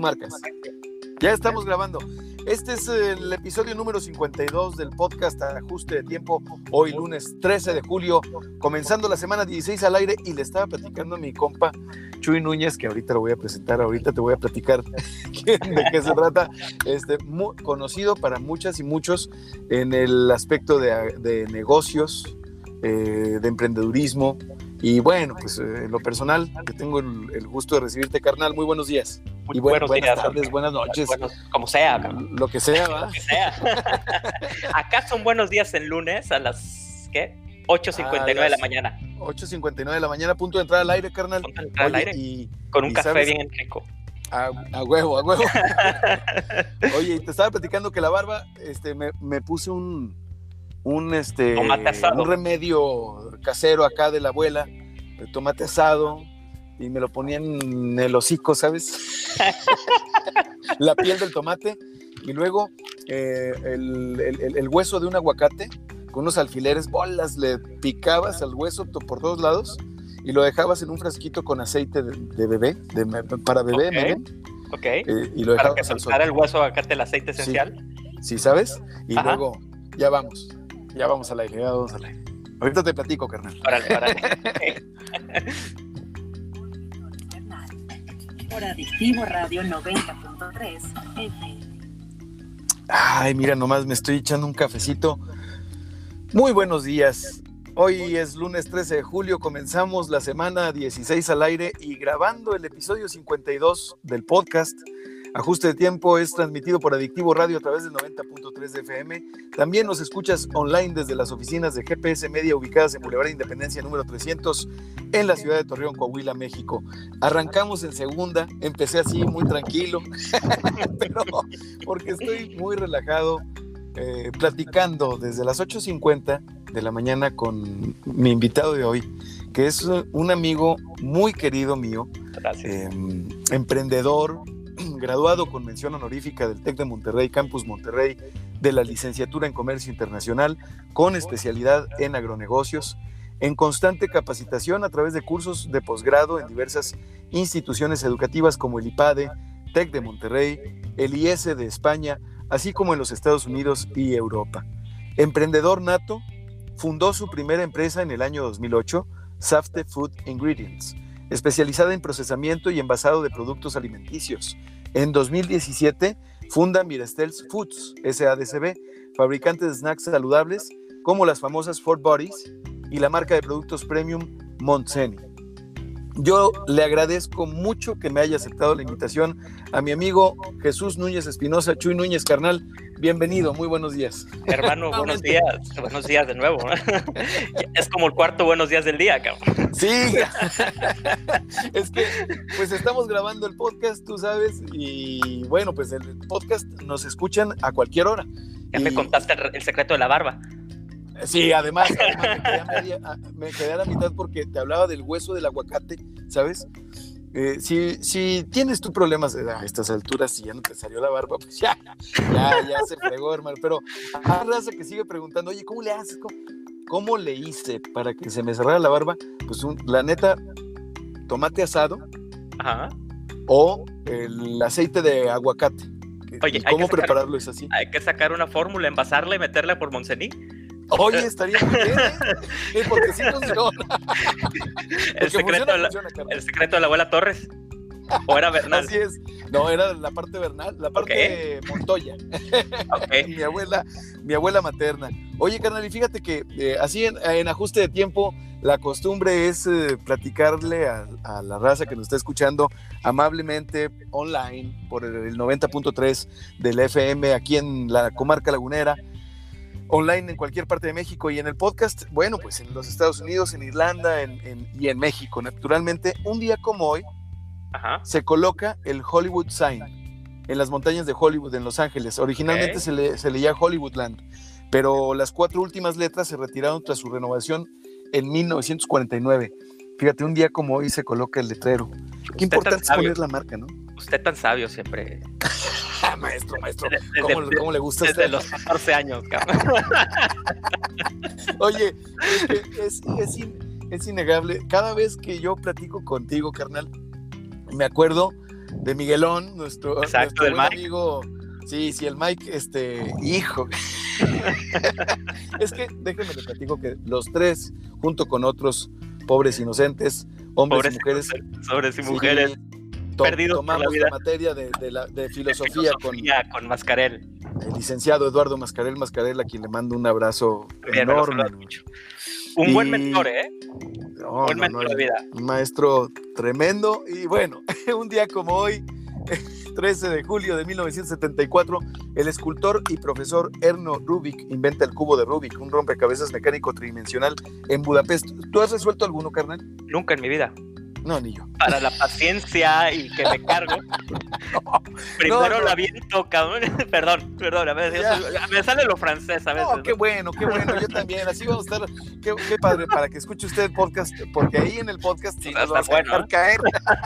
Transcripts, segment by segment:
marcas. Ya estamos grabando. Este es el episodio número 52 del podcast Ajuste de Tiempo. Hoy lunes 13 de julio, comenzando la semana 16 al aire, y le estaba platicando a mi compa Chuy Núñez, que ahorita lo voy a presentar, ahorita te voy a platicar de qué se trata. Muy conocido para muchas y muchos en el aspecto de negocios, de emprendedurismo. Y bueno, pues en lo personal, que tengo el gusto de recibirte, carnal. Muy buenos días. Y buenas días, tardes, buenas noches. Como sea. Lo que sea, ¿va? Lo que sea. Acá son buenos días en lunes a las, ¿qué? 8:59 de la mañana. 8:59 de la mañana, a punto de entrar al aire, carnal. Punto de entrar al aire. Con un café, ¿sabes? Bien rico. A huevo. Oye, te estaba platicando que la barba, me puse un remedio casero acá de la abuela, de tomate asado, y me lo ponía en el hocico, ¿sabes? La piel del tomate, y luego el hueso de un aguacate con unos alfileres, bolas, le picabas al hueso por todos lados y lo dejabas en un frasquito con aceite de bebé, para bebé, okay. Miren. Ok. Y lo dejabas para que soltara el hueso aguacate, el aceite esencial. Sí, ¿sabes? Y ajá. Luego, ya vamos al aire, Ahorita te platico, carnal. Órale. Por Adictivo Radio 90.3 FM. Ay, mira, nomás me estoy echando un cafecito. Muy buenos días. Hoy es lunes 13 de julio, comenzamos la semana 16 al aire y grabando el episodio 52 del podcast. Ajuste de Tiempo es transmitido por Adictivo Radio a través del 90.3 de FM. También nos escuchas online desde las oficinas de GPS Media ubicadas en Boulevard Independencia número 300 en la ciudad de Torreón, Coahuila, México. Arrancamos en segunda, empecé así muy tranquilo, pero porque estoy muy relajado, platicando desde las 8:50 de la mañana con mi invitado de hoy, que es un amigo muy querido mío, emprendedor, graduado con mención honorífica del TEC de Monterrey, Campus Monterrey, de la licenciatura en Comercio Internacional, con especialidad en agronegocios, en constante capacitación a través de cursos de posgrado en diversas instituciones educativas como el IPADE, TEC de Monterrey, el IES de España, así como en los Estados Unidos y Europa. Emprendedor nato, fundó su primera empresa en el año 2008, Safte Food Ingredients, especializada en procesamiento y envasado de productos alimenticios. En 2017 funda Mirestels Foods, SADCB, fabricante de snacks saludables como las famosas Four Bodies y la marca de productos premium Montseny. Yo le agradezco mucho que me haya aceptado la invitación a mi amigo Jesús Núñez Espinosa. Chuy Núñez, carnal, bienvenido, muy buenos días. Hermano, buenos días de nuevo. Es como el cuarto buenos días del día, cabrón. Sí, es que pues estamos grabando el podcast, tú sabes, y bueno, pues el podcast nos escuchan a cualquier hora. Ya me contaste el secreto de la barba. Sí, además me quedé a la mitad porque te hablaba del hueso del aguacate, ¿sabes? Si tienes tú problemas a estas alturas y ya no te salió la barba, pues ya se fregó, hermano. Pero hay raza que sigue preguntando, oye, ¿cómo le haces? ¿Cómo le hice para que se me cerrara la barba? Pues la neta, tomate asado. Ajá. O el aceite de aguacate. Oye, ¿cómo prepararlo es así? Hay que sacar una fórmula, envasarla y meterla por Montseny. Oye, estaría muy bien, porque sí funciona. El secreto de la abuela Torres. ¿O era Bernal? Así es. No, era la parte Bernal, la parte Montoya. Okay. mi abuela materna. Oye, carnal, y fíjate que así en Ajuste de Tiempo, la costumbre es platicarle a la raza que nos está escuchando amablemente online por el 90.3 del FM aquí en la comarca lagunera, online en cualquier parte de México, y en el podcast, bueno, pues en los Estados Unidos, en Irlanda y en México. Naturalmente, un día como hoy, ajá, se coloca el Hollywood Sign en las montañas de Hollywood, en Los Ángeles. Originalmente se leía Hollywoodland, pero las 4 últimas letras se retiraron tras su renovación en 1949. Fíjate, un día como hoy se coloca el letrero. Qué importante es poner la marca, ¿no? Usted tan sabio siempre. Maestro. ¿Cómo le gusta a usted? Desde los 14 años, cabrón. Oye, es innegable. Cada vez que yo platico contigo, carnal, me acuerdo de Miguelón, nuestro Exacto, del buen Mike. amigo. Sí, el Mike, hijo. Es que déjenme les platico que los tres, junto con otros pobres inocentes, hombres y mujeres, hombres y sí, mujeres perdidos por la tomamos vida. la materia de filosofía con Mascarel. el licenciado Eduardo Mascarel, a quien le mando un abrazo Bien, me lo enorme. saludas mucho. Un buen mentor, ¿eh? Buen mentor de vida. Un maestro tremendo. Y bueno, un día como hoy, 13 de julio de 1974, el escultor y profesor Erno Rubik inventa el cubo de Rubik, un rompecabezas mecánico tridimensional en Budapest. ¿Tú has resuelto alguno, carnal? Nunca en mi vida. No, ni yo. Para la paciencia y que me cargo. Primero la aviento, cabrón. Perdón, me sale lo francés a veces. No, qué bueno, yo también. Así vamos a estar. Qué padre, para que escuche usted el podcast, porque ahí en el podcast sí nos vamos a dejar caer.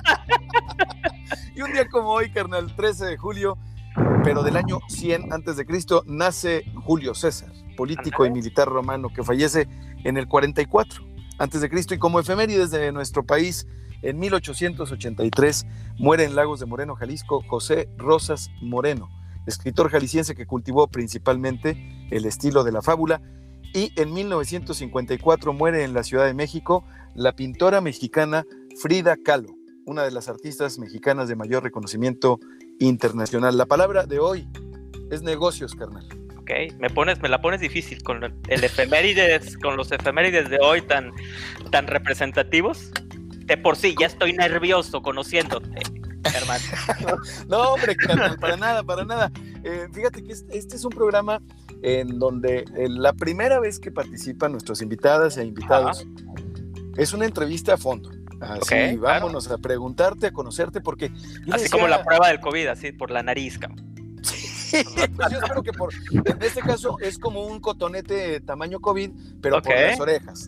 Y un día como hoy, carnal, 13 de julio, pero del año 100 antes de Cristo, nace Julio César, político y militar romano que fallece en el 44 antes de Cristo, y como efemérides de nuestro país, en 1883 muere en Lagos de Moreno, Jalisco, José Rosas Moreno, escritor jalisciense que cultivó principalmente el estilo de la fábula, y en 1954 muere en la Ciudad de México la pintora mexicana Frida Kahlo, una de las artistas mexicanas de mayor reconocimiento internacional. La palabra de hoy es negocios, carnal. Ok, me la pones difícil con el efemérides, con los efemérides de hoy tan representativos. De por sí, ya estoy nervioso conociéndote, hermano. No, hombre, carnal, para nada. Fíjate que este es un programa en donde la primera vez que participan nuestras invitadas e invitados es una entrevista a fondo. Así, okay, vámonos a preguntarte, a conocerte, porque... Así como la prueba del COVID, así por la nariz, cabrón. Sí, pues yo espero que en este caso es como un cotonete tamaño COVID, pero por las orejas.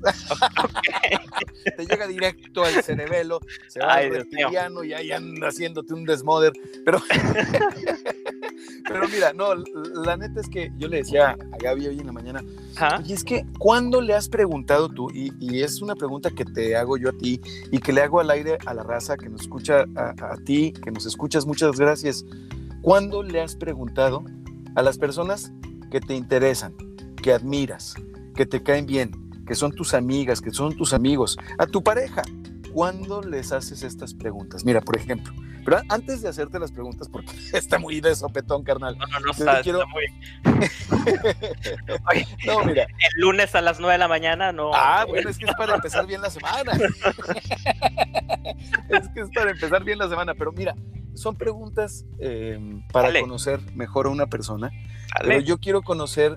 Okay. Te llega directo al cerebelo, se va al reptiliano y ahí anda haciéndote un desmoder. Pero mira, no, la neta es que yo le decía a Gaby hoy en la mañana, y es que ¿cuándo le has preguntado tú? Y es una pregunta que te hago yo a ti y que le hago al aire a la raza que nos escucha, a ti, que nos escuchas, muchas gracias. ¿Cuándo le has preguntado a las personas que te interesan, que admiras, que te caen bien, que son tus amigas, que son tus amigos, a tu pareja? ¿Cuándo les haces estas preguntas? Mira, por ejemplo, pero antes de hacerte las preguntas, porque está muy de sopetón, carnal. No está muy... No, mira. El lunes a las 9 de la mañana, no. Bueno, es que es para empezar bien la semana. Pero mira, son preguntas para conocer mejor a una persona. Pero yo quiero conocer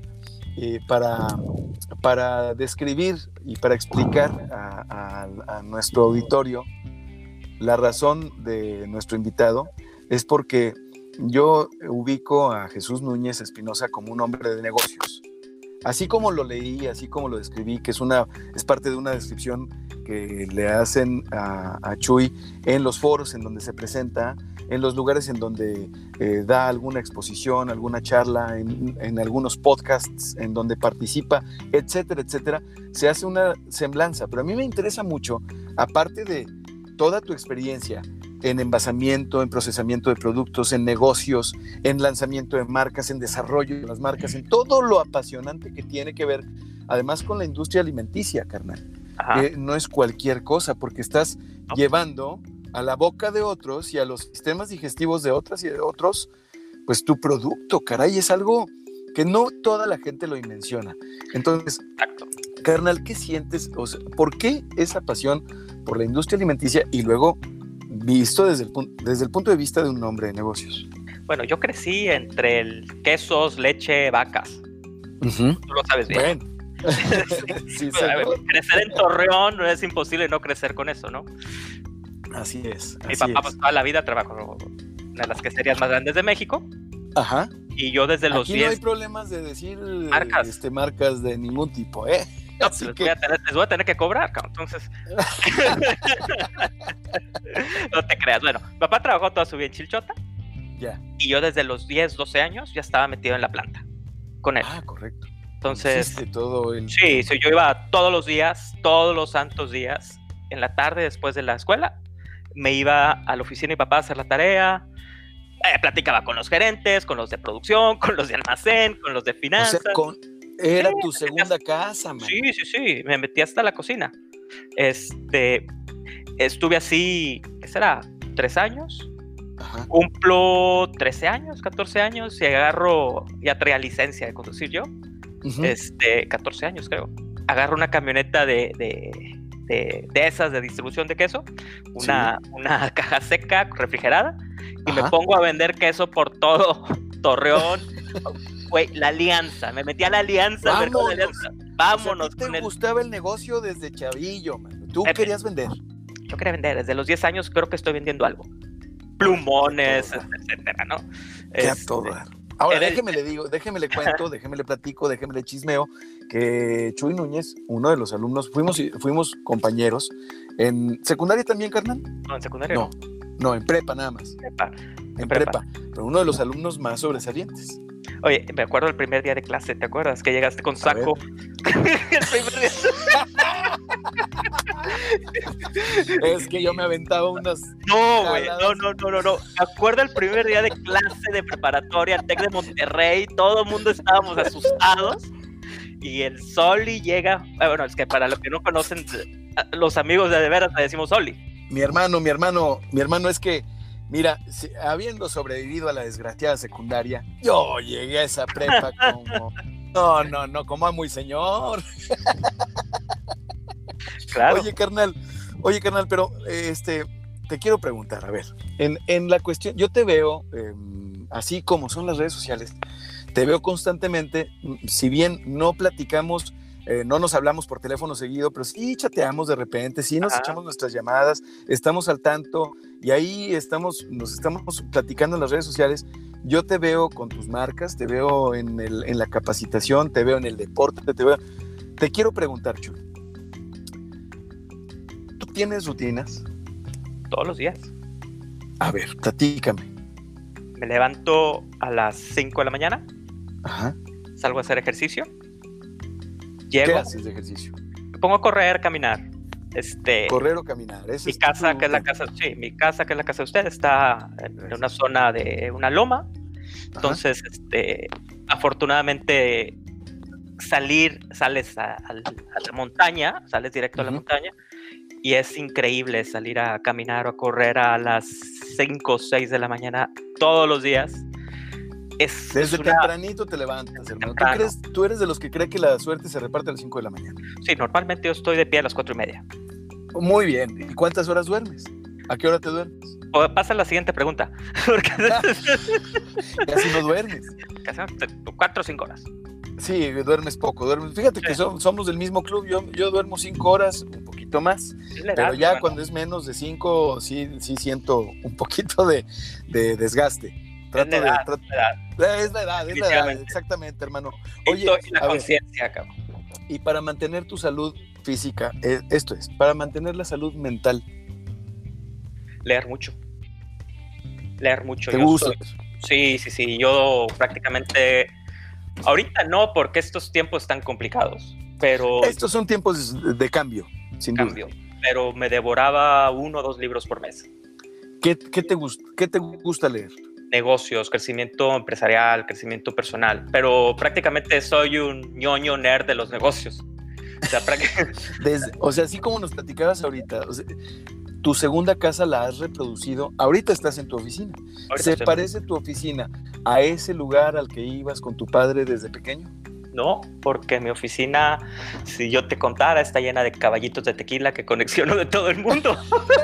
para describir y para explicar a nuestro auditorio la razón de nuestro invitado. Es porque yo ubico a Jesús Núñez Espinosa como un hombre de negocios. Así como lo leí, así como lo describí, que es parte de una descripción que le hacen a Chuy en los foros en donde se presenta, en los lugares en donde da alguna exposición, alguna charla, en algunos podcasts en donde participa, etcétera, etcétera. Se hace una semblanza, pero a mí me interesa mucho, aparte de toda tu experiencia en envasamiento, en procesamiento de productos, en negocios, en lanzamiento de marcas, en desarrollo de las marcas, en todo lo apasionante que tiene que ver, además, con la industria alimenticia, carnal. No es cualquier cosa, porque estás llevando a la boca de otros y a los sistemas digestivos de otras y de otros, pues tu producto, caray, es algo que no toda la gente lo menciona. Entonces, carnal, ¿qué sientes? O sea, ¿por qué esa pasión por la industria alimenticia y luego visto desde el punto de vista de un hombre de negocios? Bueno, yo crecí entre quesos, leche, vacas. Tú lo sabes bien. Bueno. Sí, crecer en Torreón no es imposible no crecer con eso, ¿no? Así es. Mi papá pues, toda la vida trabajó en una de las queserías más grandes de México. Ajá. Y yo desde los 10... Aquí no hay problemas de decir marcas de ningún tipo, No, pues les voy a tener que cobrar, entonces... No te creas. Bueno, mi papá trabajó toda su vida en Chilchota. Ya. Y yo desde los 10, 12 años ya estaba metido en la planta con él. Correcto. Entonces... todo el... Sí, yo iba todos los días, todos los santos días, en la tarde después de la escuela, me iba a la oficina de mi papá a hacer la tarea, platicaba con los gerentes, con los de producción, con los de almacén, con los de finanzas. O sea, era tu segunda casa, man. Sí, me metí hasta la cocina. Estuve así, ¿qué será? 3 años. Ajá. Cumplo 13 años, 14 años y agarro, ya traía licencia de conducir yo. 14 años creo. Agarro una camioneta de esas de distribución de queso, una caja seca refrigerada, y me pongo a vender queso por todo Torreón. Güey, la Alianza, me metí a la Alianza. Vámonos. O sea, ¿te gustaba el negocio desde chavillo, man? ¿Tú querías vender? Yo quería vender, desde los 10 años creo que estoy vendiendo algo. Plumones, etcétera, ¿no? Qué a todo dar. Ahora, déjeme le cuento, déjeme le platico, déjeme le chismeo, que Chuy Núñez, uno de los alumnos, fuimos compañeros en secundaria también, carnal. No, en secundaria no, en prepa nada más. En prepa, pero uno de los alumnos más sobresalientes. Oye, me acuerdo el primer día de clase, ¿te acuerdas? Que llegaste con saco. El primer día. Es que yo me aventaba unas... No, güey, no. Me acuerdo el primer día de clase de preparatoria, TEC de Monterrey, todo el mundo estábamos asustados, y el Soli llega, bueno, es que para los que no conocen, los amigos de veras le decimos Soli. Mi hermano, es que, mira, habiendo sobrevivido a la desgraciada secundaria, yo llegué a esa prepa como... No, como a muy señor. Claro. Oye, carnal, pero te quiero preguntar, a ver, en la cuestión, yo te veo, así como son las redes sociales, te veo constantemente, si bien no platicamos, no nos hablamos por teléfono seguido, pero sí chateamos de repente, sí nos echamos nuestras llamadas, estamos al tanto, y ahí nos estamos platicando en las redes sociales. Yo te veo con tus marcas, te veo en la capacitación, te veo en el deporte, te quiero preguntar, Chuy, ¿tú tienes rutinas? Todos los días. A ver, platícame. Me levanto a las 5 de la mañana. Ajá. Salgo a hacer ejercicio. ¿Qué haces de ejercicio? Me pongo a correr, caminar. Correr o caminar. Mi casa, que es la casa de usted, está en una zona de una loma. Entonces, afortunadamente, sales a la montaña, sales directo a la montaña, y es increíble salir a caminar o a correr a las 5 o 6 de la mañana todos los días. Desde tempranito te levantas, hermano. ¿Tú eres de los que cree que la suerte se reparte a las 5 de la mañana? Sí, normalmente yo estoy de pie a las 4:30. Muy bien. ¿Y cuántas horas duermes? ¿A qué hora te duermes? Pasa la siguiente pregunta. Casi no duermes. Casi 4 o 5 horas. Sí, duermes poco. Fíjate que somos del mismo club. Yo duermo 5 horas, un poquito más. Pero ya cuando es menos de 5, sí siento un poquito de desgaste. Es la edad, exactamente, hermano. Oye, y la conciencia, cabrón. Y para mantener tu salud física, para mantener la salud mental. Leer mucho. ¿Te gusta? Sí. Yo prácticamente, ahorita no, porque estos tiempos están complicados, pero... Estos son tiempos de cambio, sin duda. Pero me devoraba 1 o 2 libros por mes. ¿Qué te gusta leer? Negocios, crecimiento empresarial, crecimiento personal, pero prácticamente soy un ñoño nerd de los negocios. O sea, así como nos platicabas ahorita, tu segunda casa la has reproducido, ahorita estás en tu oficina. ¿Se parece tu oficina a ese lugar al que ibas con tu padre desde pequeño? No, porque mi oficina, si yo te contara, está llena de caballitos de tequila que colecciono de todo el mundo.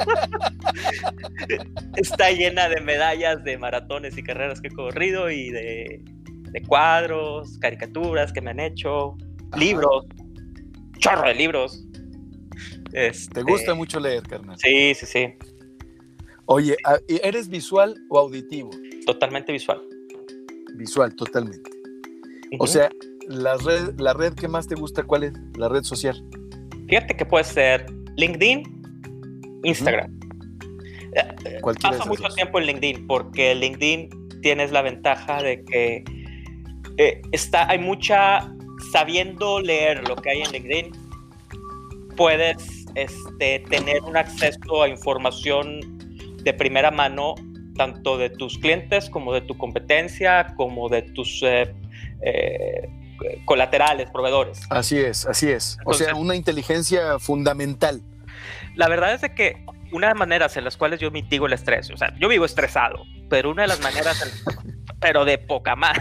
Está llena de medallas de maratones y carreras que he corrido y de cuadros, caricaturas que me han hecho, libros, chorro de libros. ¿Te gusta mucho leer, carnal? Sí. Oye, ¿eres visual o auditivo? Totalmente visual. Visual, totalmente. O sea, la red que más te gusta, ¿cuál es? La red social. Fíjate que puede ser LinkedIn, Instagram. Paso mucho tiempo en LinkedIn porque en LinkedIn tienes la ventaja de que hay mucha, sabiendo leer lo que hay en LinkedIn, puedes tener un acceso a información de primera mano, tanto de tus clientes como de tu competencia, como de tus colaterales, proveedores. Así es. Entonces, o sea, una inteligencia fundamental. La verdad es de que una de las maneras en las cuales yo mitigo el estrés, o sea, yo vivo estresado, pero una de las maneras, pero de poca más.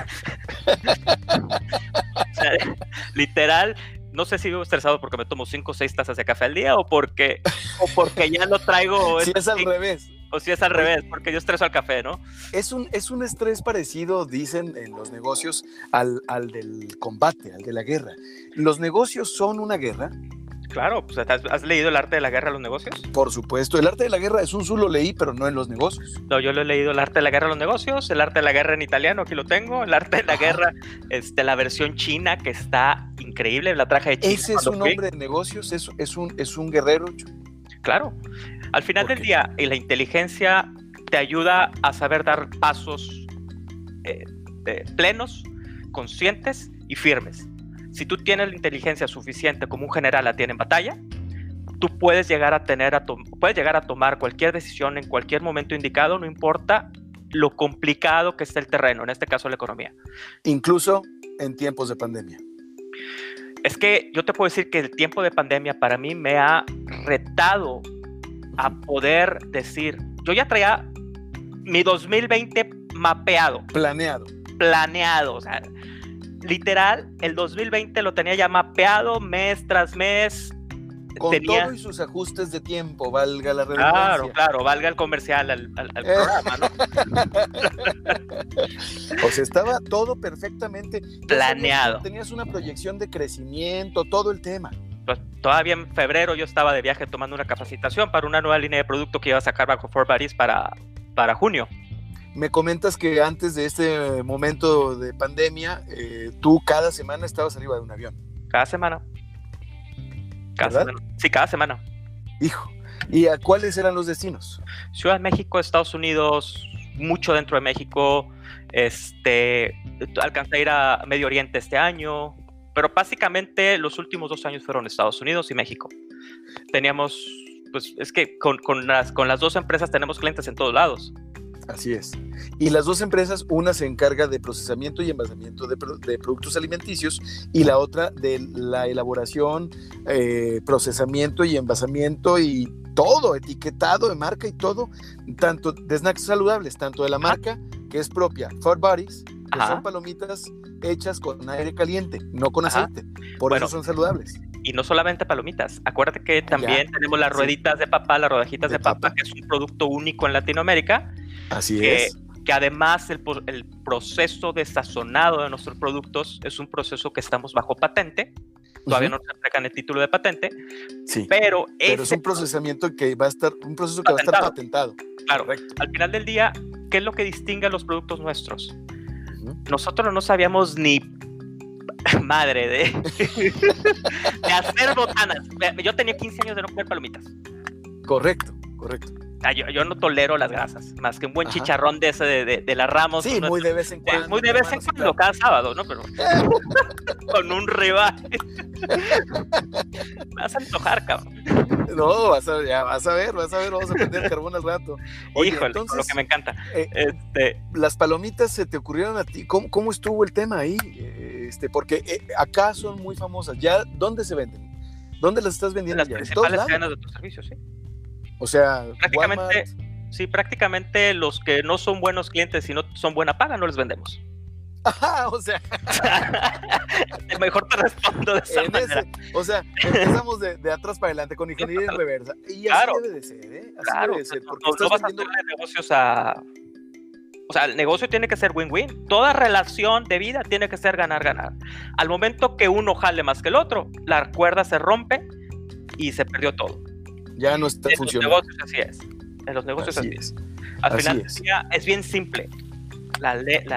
O sea, literal, no sé si vivo estresado porque me tomo 5 o 6 tazas de café al día o porque ya lo traigo. Si es al revés. O si es al revés, porque yo estreso al café, ¿no? Es un estrés parecido, dicen en los negocios, al del combate, al de la guerra. ¿Los negocios son una guerra? Claro, pues, ¿has leído El arte de la guerra a los negocios? Por supuesto, el arte de la guerra es lo leí, pero no en los negocios. No, yo lo he leído, El arte de la guerra a los negocios, El arte de la guerra en italiano, aquí lo tengo, El arte de la guerra, la versión china, que está increíble, la traje de China. ¿Ese es un hombre de negocios? ¿Es un guerrero? Claro, al final del día, la inteligencia te ayuda a saber dar pasos plenos, conscientes y firmes. Si tú tienes la inteligencia suficiente como un general la tiene en batalla, tú puedes llegar a tomar cualquier decisión en cualquier momento indicado, no importa lo complicado que esté el terreno, en este caso la economía. Incluso en tiempos de pandemia. Es que yo te puedo decir que el tiempo de pandemia para mí me ha retado a poder decir, yo ya traía mi 2020 mapeado. Planeado, o sea, literal, el 2020 lo tenía ya mapeado mes tras mes. Con todo y sus ajustes de tiempo, valga la redundancia. Claro, valga el comercial al programa, ¿no? O sea, estaba todo perfectamente planeado. Tenías una proyección de crecimiento, todo el tema. Pues, todavía en febrero yo estaba de viaje tomando una capacitación para una nueva línea de producto que iba a sacar bajo 4Buddies para junio. Me comentas que antes de este momento de pandemia, tú cada semana estabas arriba de un avión. Cada semana. Sí, cada semana. Hijo, ¿y a cuáles eran los destinos? Ciudad de México, Estados Unidos, mucho dentro de México. Alcancé a ir a Medio Oriente este año, pero básicamente los últimos 2 años fueron Estados Unidos y México. Teníamos, pues es que con las 2 empresas tenemos clientes en todos lados. Así es. Y las 2 empresas, una se encarga de procesamiento y envasamiento de productos alimenticios y la otra de la elaboración, procesamiento y envasamiento y todo, etiquetado de marca y todo, tanto de snacks saludables, tanto de la marca que es propia, 4Buddies, que son palomitas hechas con aire caliente, no con aceite, por eso son saludables. Y no solamente palomitas, acuérdate que también tenemos las rueditas de papa, las rodajitas de papa, que es un producto único en Latinoamérica. Así es. Que además el proceso de sazonado de nuestros productos es un proceso que estamos bajo patente. Todavía no se entregan el título de patente. Sí. Pero es un procesamiento que va a estar, va a estar patentado. Claro. Correcto. Al final del día, ¿qué es lo que distingue a los productos nuestros? Nosotros no sabíamos ni madre de hacer botanas. Yo tenía 15 años de no comer palomitas. Correcto. Yo no tolero las grasas, más que un buen chicharrón de ese de la Ramos. Sí, muy de vez en cuando. Muy de vez en cuando, claro. Cada sábado, ¿no? Pero con un ribeye. Me vas a antojar, cabrón. No, vas a ver, vamos a prender carbón al rato. Oye, híjole, entonces, lo que me encanta. Las palomitas se te ocurrieron a ti, ¿cómo estuvo el tema ahí? Porque acá son muy famosas. ¿Ya dónde se venden? ¿Dónde las estás vendiendo? En las principales cadenas de tus servicios, sí. O sea, prácticamente los que no son buenos clientes y no son buena paga, no les vendemos. Ajá, o sea. Mejor te respondo de esa manera. O sea, empezamos de atrás para adelante, con ingeniería en reversa. Y así debe de ser, ¿eh? Así debe de ser. Porque no vas a hacer negocios O sea, el negocio tiene que ser win-win. Toda relación de vida tiene que ser ganar-ganar. Al momento que uno jale más que el otro, la cuerda se rompe y se perdió todo. Ya no está funcionando. En los negocios así es. En los negocios así es. Al final del día es bien simple. La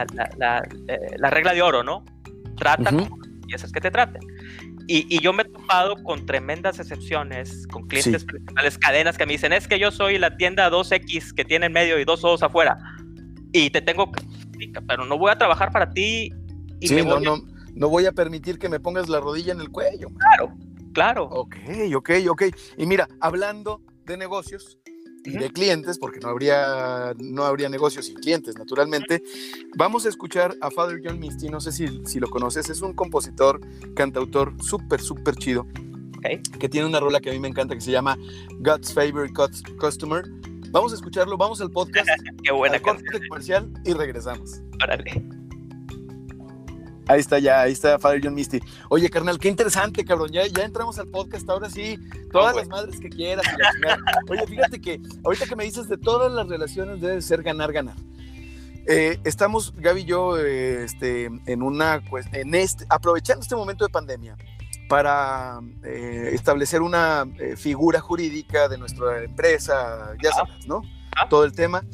regla de oro, ¿no? Trata como piensas que te traten. Y yo me he topado con tremendas excepciones, con clientes principales, cadenas que me dicen, es que yo soy la tienda 2X que tiene en medio y 2 O's afuera. Y te tengo que... Pero no voy a trabajar para ti. Y no voy a permitir que me pongas la rodilla en el cuello. Claro. Ok. Y mira, hablando de negocios, y de clientes, porque no habría negocios sin clientes, naturalmente. Vamos a escuchar a Father John Misty, no sé si lo conoces, es un compositor, cantautor súper chido, que tiene una rola que a mí me encanta que se llama God's Favorite Customer. Vamos a escucharlo, vamos al podcast, Qué buena al corte comercial y regresamos. Órale. Ahí está Father John Misty. Oye, carnal, qué interesante, cabrón. Ya entramos al podcast, ahora sí, todas las madres que quieras. Oye, fíjate que ahorita que me dices de todas las relaciones debe ser ganar. Estamos, Gaby y yo, aprovechando este momento de pandemia para establecer una figura jurídica de nuestra empresa, ya sabes, ¿no? Todo el tema,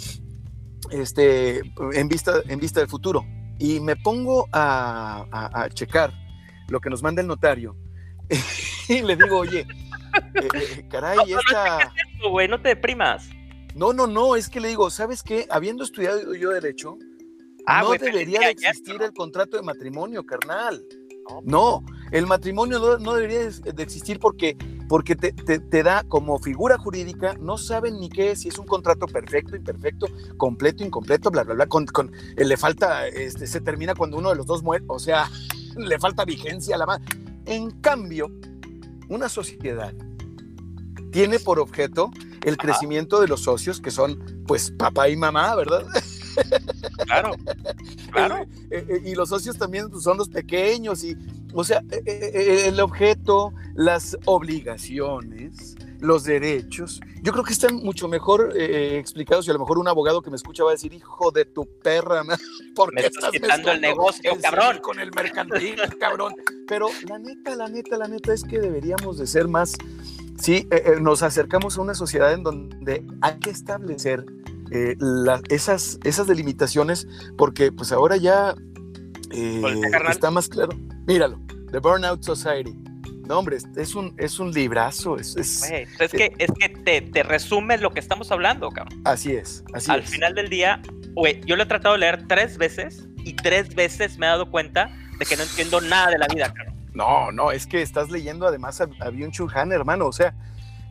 en vista del futuro. Y me pongo a checar lo que nos manda el notario y le digo, oye, caray, no te deprimas. No, es que le digo, ¿sabes qué? Habiendo estudiado yo Derecho, no debería de existir el contrato de matrimonio, carnal. No, el matrimonio no debería de existir porque te da como figura jurídica, no saben ni qué es, si es un contrato perfecto, imperfecto, completo, incompleto, bla, bla, bla, le falta, se termina cuando uno de los dos muere, o sea, le falta vigencia a la mano. En cambio, una sociedad tiene por objeto el crecimiento de los socios, que son, pues, papá y mamá, ¿verdad? Claro. Y los socios también son los pequeños, y, o sea, el objeto, las obligaciones, los derechos, yo creo que están mucho mejor explicados, y a lo mejor un abogado que me escucha va a decir, hijo de tu perra, ¿por qué estás quitando el negocio, cabrón? Con el mercantil, cabrón. Pero la neta es que deberíamos de ser más, sí, nos acercamos a una sociedad en donde hay que establecer esas delimitaciones, porque pues ahora ya está más claro. Míralo, The Burnout Society. No, hombre, es un librazo. Es que te resume lo que estamos hablando, cabrón. Así es. Al final del día, güey, yo lo he tratado de leer 3 veces y 3 veces me he dado cuenta de que no entiendo nada de la vida, cabrón. No, es que estás leyendo además a Byung-Chul Han, hermano, o sea,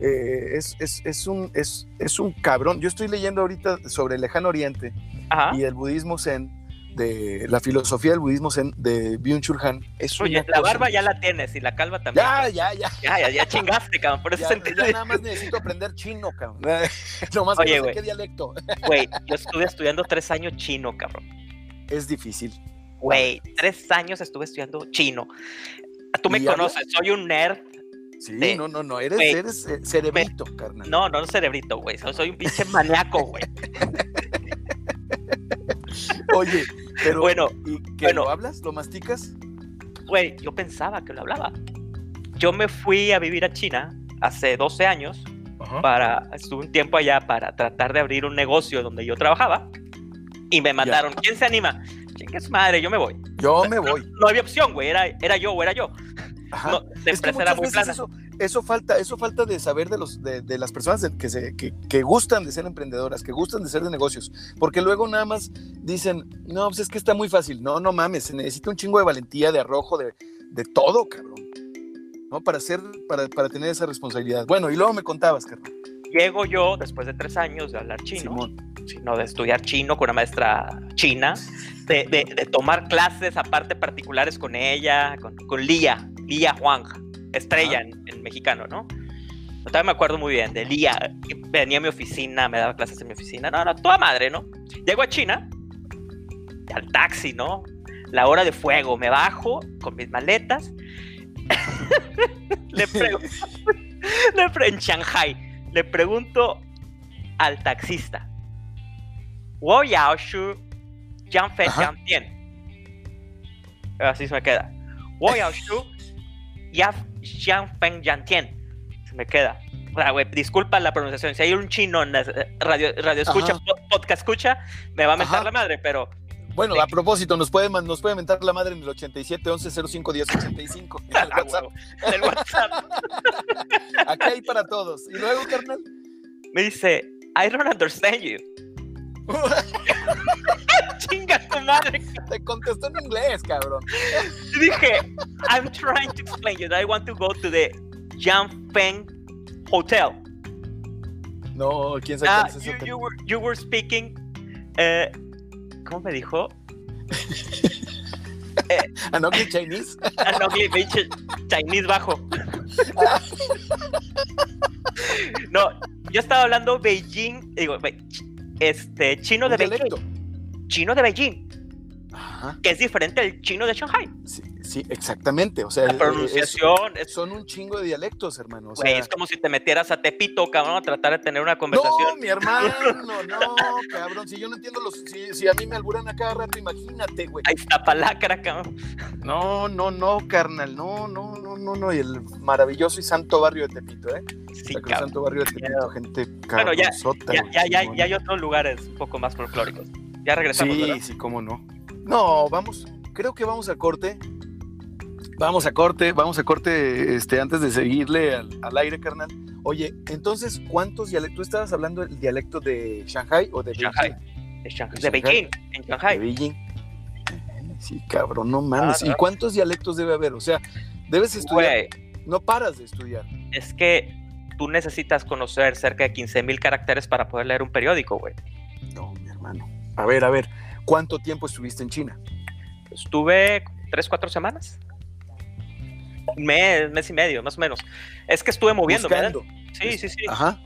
es un cabrón. Yo estoy leyendo ahorita sobre el Lejano Oriente y el budismo zen, de la filosofía del budismo zen de Byung-Chul Han. Oye, la barba ya la tienes y la calva también. Ya chingaste, cabrón, por eso ya nada más necesito aprender chino, cabrón. Nomás Oye, que no sé qué dialecto. Güey, yo estuve estudiando 3 años chino, cabrón. Es difícil. Güey, 3 años estuve estudiando chino. Tú me conoces, soy un nerd. Sí, no, eres cerebrito, carnal. No cerebrito, güey, soy un pinche maníaco, güey. Oye, pero bueno, ¿lo hablas? ¿Lo masticas? Güey, yo pensaba que lo hablaba. Yo me fui a vivir a China hace 12 años. Estuve un tiempo allá para tratar de abrir un negocio donde yo trabajaba y me mandaron. ¿Quién se anima? Chingue su madre, yo me voy. No había opción, güey, era yo o era yo. No, es que muchas veces eso falta de saber de las personas que gustan de ser emprendedoras, que gustan de ser de negocios, porque luego nada más dicen, no, pues es que está muy fácil. No mames, se necesita un chingo de valentía, de arrojo, de todo, cabrón, ¿no? Para tener esa responsabilidad. Bueno, y luego me contabas, carnal. Llego yo, después de 3 años de hablar chino, de estudiar chino con una maestra china, de tomar clases aparte particulares con ella, con Lia Huang, estrella en mexicano, ¿no? Todavía me acuerdo muy bien de Lia, venía a mi oficina, me daba clases en mi oficina, toda madre, ¿no? Llego a China, al taxi, ¿no? La hora de fuego, me bajo con mis maletas, en Shanghai, le pregunto al taxista, Wo Yao Shu Jiangfeng Jiangtian. Así se me queda. Wo Yao Shu Jiangfeng Jiangtian. Se me queda. O sea, güey, disculpa la pronunciación. Si hay un chino en la radio escucha, podcast escucha, me va a mentar la madre, pero. Bueno, sí. A propósito, nos puede mentar la madre en el 87 11 05 10 85. En el WhatsApp. En el WhatsApp. Aquí hay para todos. Y luego, carnal, me dice, I don't understand you. Chinga tu madre. Te contestó en inglés, cabrón. Y dije, I'm trying to explain you that I want to go to the Jiangfeng Hotel. No, ¿quién sabe cuál es ese hotel? You were speaking. ¿Cómo me dijo? An ugly Chinese. An ugly bitch Chinese bajo. No, yo estaba hablando Beijing, digo, chino de Beijing. Chino de Beijing. Ajá. Que es diferente al chino de Shanghai. Sí, exactamente. O sea, la pronunciación. Son un chingo de dialectos, hermano. O sea, es como si te metieras a Tepito, cabrón, a tratar de tener una conversación. No, mi hermano, no, cabrón. Si yo no entiendo si a mí me alburan a cada rato, imagínate, güey. Ahí está palacra, cabrón. No, carnal. No. Y el maravilloso y santo barrio de Tepito, ¿eh? Sí, el santo barrio de Tepito, gente cabrón. Bueno, ya hay otros lugares un poco más folclóricos. Ya regresamos, sí, ¿verdad? Sí, cómo no. No, creo que vamos a corte. Vamos a corte, antes de seguirle al aire, carnal. Oye, entonces, ¿cuántos dialectos? ¿Tú estabas hablando del dialecto de Shanghai o de Shanghai? De Beijing, en Shanghai. De Beijing. Sí, cabrón, no mames. ¿Y cuántos dialectos debe haber? O sea, debes estudiar. No paras de estudiar. Es que tú necesitas conocer cerca de 15,000 caracteres para poder leer un periódico, güey. No, mi hermano. A ver, ¿cuánto tiempo estuviste en China? Estuve 3-4 semanas. Mes y medio, más o menos. Es que estuve moviéndome. Buscando. Sí. Ajá.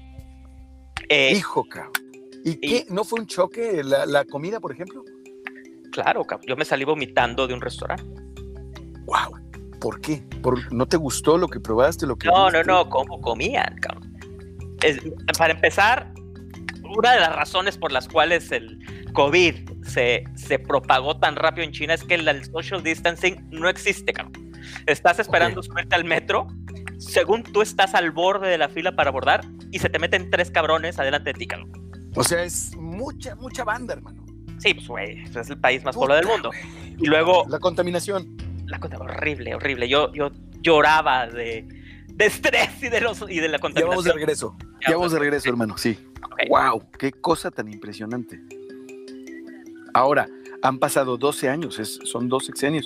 Hijo, cabrón. ¿Y qué? ¿No fue un choque la comida, por ejemplo? Claro, cabrón. Yo me salí vomitando de un restaurante. Wow. ¿Por qué? ¿No te gustó lo que probaste? No, ¿cómo comían, cabrón? Para empezar, una de las razones por las cuales el COVID se propagó tan rápido en China es que el social distancing no existe, cabrón. Estás esperando subirte al metro, según tú estás al borde de la fila para abordar y se te meten 3 cabrones adelante de ti, cabrón. O sea, es mucha banda, hermano. Sí, pues, güey, es el país más poblado del mundo. Y luego... La contaminación. Horrible. Yo lloraba de estrés y de la contaminación. Ya vamos de regreso, hermano, sí. Okay. Wow, qué cosa tan impresionante. Ahora, han pasado 12 años, son 2 sexenios.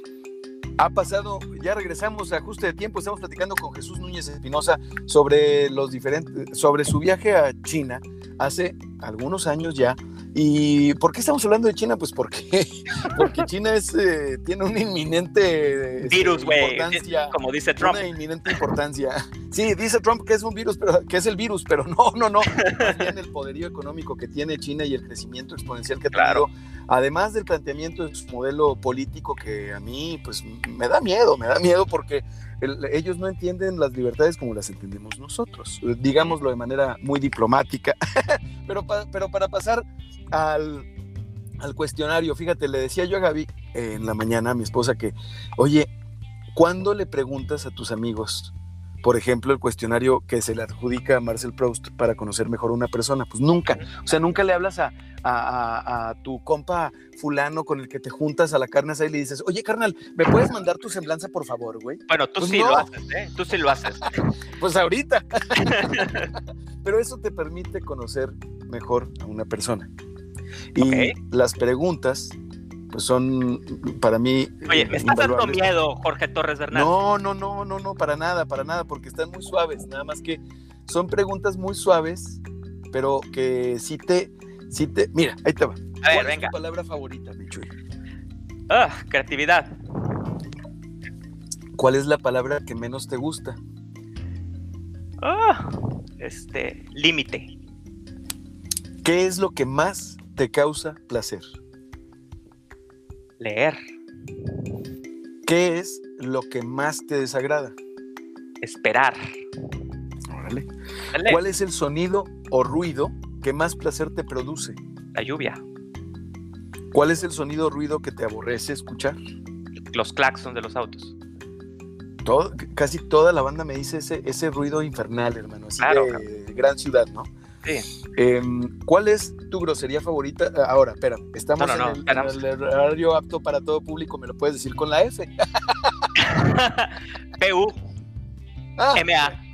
Ya regresamos a Ajuste de Tiempo, estamos platicando con Jesús Núñez Espinosa sobre su viaje a China hace algunos años ya. ¿Y por qué estamos hablando de China? Pues porque China tiene una inminente virus, güey, como dice Trump. Una inminente importancia. Sí, dice Trump que es un virus, que es el virus, pero no. Más bien el poderío económico que tiene China y el crecimiento exponencial que ha tenido, además del planteamiento de su modelo político, que a mí pues me da miedo porque ellos no entienden las libertades como las entendemos nosotros, digámoslo de manera muy diplomática. pero para pasar al cuestionario, fíjate, le decía yo a Gaby en la mañana, a mi esposa, que, oye, ¿cuándo le preguntas a tus amigos, por ejemplo, el cuestionario que se le adjudica a Marcel Proust para conocer mejor a una persona? Pues nunca. O sea, nunca le hablas a tu compa fulano con el que te juntas a la carne asada y le dices, oye, carnal, ¿me puedes mandar tu semblanza, por favor, güey? Bueno, tú pues sí no. Lo haces, ¿eh? Tú sí lo haces. Pues ahorita. Pero eso te permite conocer mejor a una persona. Y las preguntas pues son para mí. Oye, me estás dando miedo, Jorge Torres Bernal. No, para nada, porque están muy suaves, nada más que son preguntas muy suaves, pero que sí te, mira, ahí te va. A ver, ¿Cuál venga. es tu palabra favorita, Michuy? Creatividad. ¿Cuál es la palabra que menos te gusta? Límite. ¿Qué es lo que más te causa placer? Leer. ¿Qué es lo que más te desagrada? Esperar. Órale. Dale. ¿Cuál es el sonido o ruido que más placer te produce? La lluvia. ¿Cuál es el sonido o ruido que te aborrece escuchar? Los claxons de los autos. Casi toda la banda me dice ese ruido infernal, hermano, así claro, de gran ciudad, ¿no? Sí. ¿Cuál es tu grosería favorita? Ahora, espera, estamos en el horario apto para todo público, ¿me lo puedes decir con la F? P-U-M-A.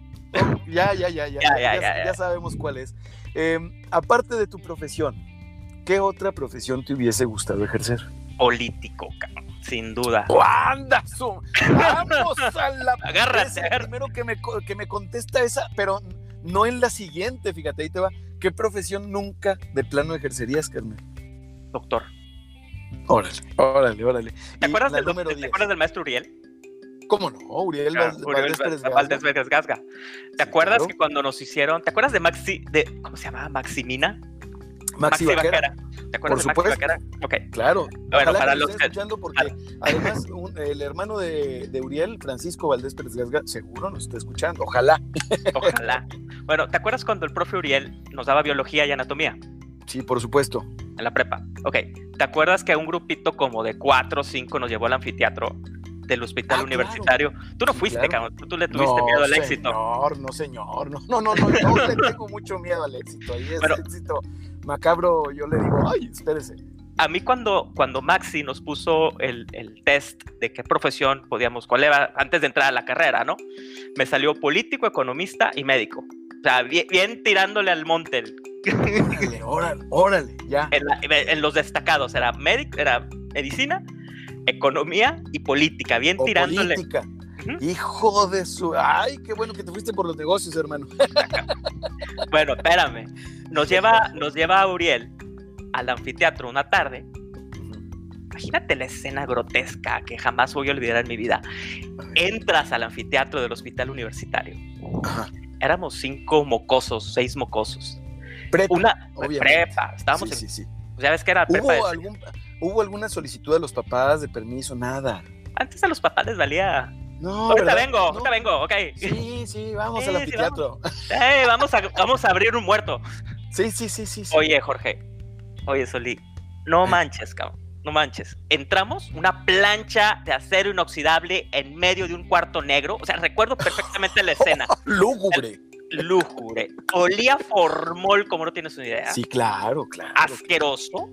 Ya sabemos cuál es. Aparte de tu profesión, ¿qué otra profesión te hubiese gustado ejercer? Político, cabrón, sin duda. ¡Vamos a la... Agárrate. Primero que me contesta esa, pero no en la siguiente, fíjate, ahí te va. ¿Qué profesión nunca de plano ejercerías, carnal? Doctor. Órale. ¿Te acuerdas del maestro Uriel? ¿Cómo no? Uriel Valdés Pérez Gasga. ¿Te acuerdas que cuando nos hicieron, ¿te acuerdas de ¿cómo se llamaba? Maximina. Maxi Vaquera. ¿Te acuerdas de Maxi Vaquera? Ok. Claro. Bueno, para los que escuchando porque además el hermano de Uriel, Francisco Valdés Pérez Gasga, seguro nos está escuchando. Ojalá. Bueno, ¿te acuerdas cuando el profe Uriel nos daba biología y anatomía? Sí, por supuesto. En la prepa. Ok. ¿Te acuerdas que un grupito como de 4 o 5 nos llevó al anfiteatro del hospital universitario? Claro. Tú no fuiste, cabrón. Tú le tuviste miedo al éxito. No, señor. No le tengo mucho miedo al éxito. Ahí es éxito macabro. Yo le digo, ay, espérese. A mí cuando Maxi nos puso el test de qué profesión podíamos, cuál era antes de entrar a la carrera, ¿no? Me salió político, economista y médico. O sea, bien tirándole al monte. Órale, ya. En los destacados era medicina, economía y política, bien tirándole. Política. Hijo de su... Ay, qué bueno que te fuiste por los negocios, hermano. Bueno, espérame. Nos lleva a Uriel al anfiteatro una tarde. Imagínate la escena grotesca que jamás voy a olvidar en mi vida. Entras al anfiteatro del hospital universitario. Ajá. Éramos 6 mocosos. Prepa. Estábamos sí. Ya ves que era prepa. ¿Hubo alguna solicitud a los papás de permiso? Nada. Antes a los papás les valía. No, ahorita vengo, ok. Sí, vamos al anfiteatro. Vamos a abrir un muerto. Sí. Oye, Jorge. Oye, Solí. No manches, cabrón. No manches. Entramos, una plancha de acero inoxidable en medio de un cuarto negro. O sea, recuerdo perfectamente la escena. Lúgubre. Olía formol, como no tienes una idea. Sí, claro. Asqueroso.